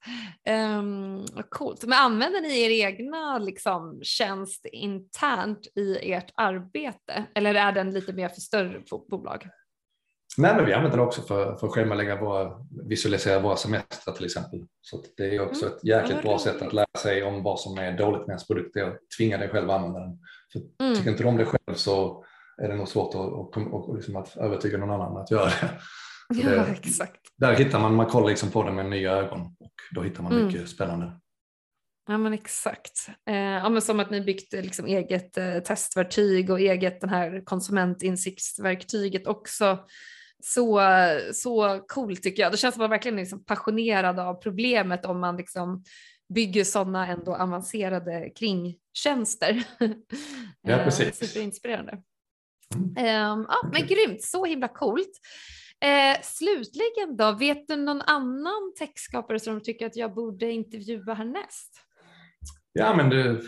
S1: Um, coolt. Men använder ni er egna liksom, tjänst internt i ert arbete? Eller är den lite mer för större bolag?
S2: Nej, men vi använder det också för, för att schemalägga våra, visualisera våra semestrar till exempel. Så det är också mm. ett jäkligt ja, bra roligt. sätt att lära sig om vad som är dåligt med ens produkt. Det är att tvinga dig själv att använda den. För mm. tycker inte du om det själv så är det nog svårt att, att, att, liksom att övertyga någon annan att göra det.
S1: Så
S2: det,
S1: ja, exakt.
S2: Där hittar man, man kollar liksom på det med nya ögon och då hittar man mm. mycket spännande.
S1: Ja men exakt. Eh, ja, men som att ni byggt liksom eget eh, testverktyg och eget den här konsumentinsiktsverktyget också. Så, så coolt tycker jag. Det känns som att man verkligen är liksom passionerad av problemet om man liksom bygger sådana ändå avancerade kringtjänster.
S2: Ja, precis.
S1: Superinspirerande. Mm. Eh, ja, men grymt, så himla coolt. Eh, slutligen då, vet du någon annan techskapare som tycker att jag borde intervjua härnäst?
S2: Ja, men det,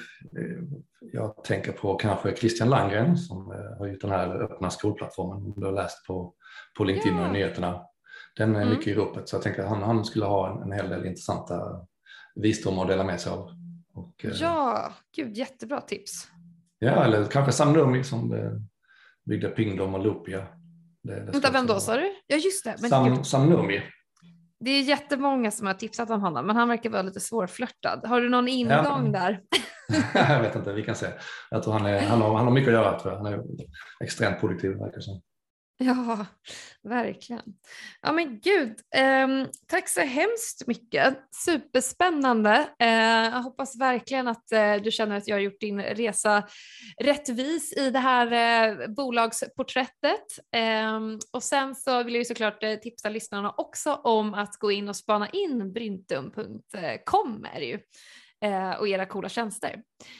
S2: jag tänker på kanske Christian Langgren som har gjort den här öppna skolplattformen du har läst på, på LinkedIn ja. och i nyheterna. Den är mm. mycket i ropet, så jag tänker att han, han skulle ha en, en hel del intressanta visdom att dela med sig av. Och,
S1: ja, gud jättebra tips.
S2: Ja, eller kanske Sam Nurmi som byggde Pingdom och Loopia. Det, det
S1: Vänta, vem då sa du? Ja just det. Men
S2: Sam, Sam Nurmi.
S1: Det är jättemånga som har tipsat om honom, men han verkar vara lite svårflörtad. Har du någon ingång ja. där?
S2: Jag vet inte, vi kan se. Jag tror han, är, han, har, han har mycket att göra, tror jag. Han är extremt produktiv, verkar som.
S1: Ja, verkligen. Ja men gud, eh, tack så hemskt mycket. Superspännande. Eh, jag hoppas verkligen att eh, du känner att jag har gjort din resa rättvis i det här eh, bolagsporträttet. Eh, och sen så vill jag ju såklart eh, tipsa lyssnarna också om att gå in och spana in brintum punkt com är det ju. Och era coola tjänster.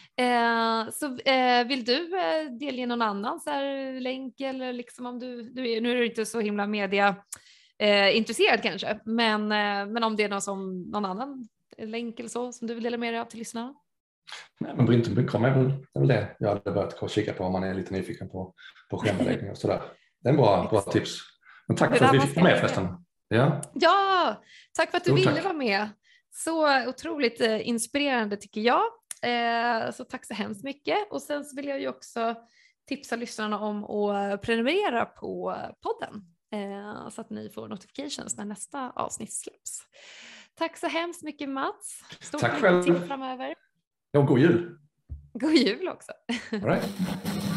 S1: Eh, så eh, vill du eh, delge någon annan så här länk eller liksom om du, du är, nu är du inte så himla media eh, intresserad kanske. Men, eh, men om det är någon, som, någon annan länk eller så som du vill dela med dig av till lyssnarna?
S2: Nej, men Brintum punkt com är väl, är väl det jag hade börjat kika på om man är lite nyfiken på, på schemaläggning och sådär. Det är en bra, bra tips. Men tack för att vi fick vara med förresten. Ja.
S1: ja, tack för att du
S2: Jo,
S1: ville
S2: tack.
S1: vara med. Så otroligt eh, inspirerande tycker jag. Eh, så tack så hemskt mycket. Och sen så vill jag ju också tipsa lyssnarna om att prenumerera på podden. Eh, så att ni får notifications när nästa avsnitt släpps. Tack så hemskt mycket Mats. Stort
S2: Tack
S1: lycka
S2: själv.
S1: till framöver.
S2: Ja, god jul.
S1: God jul också.
S2: All right.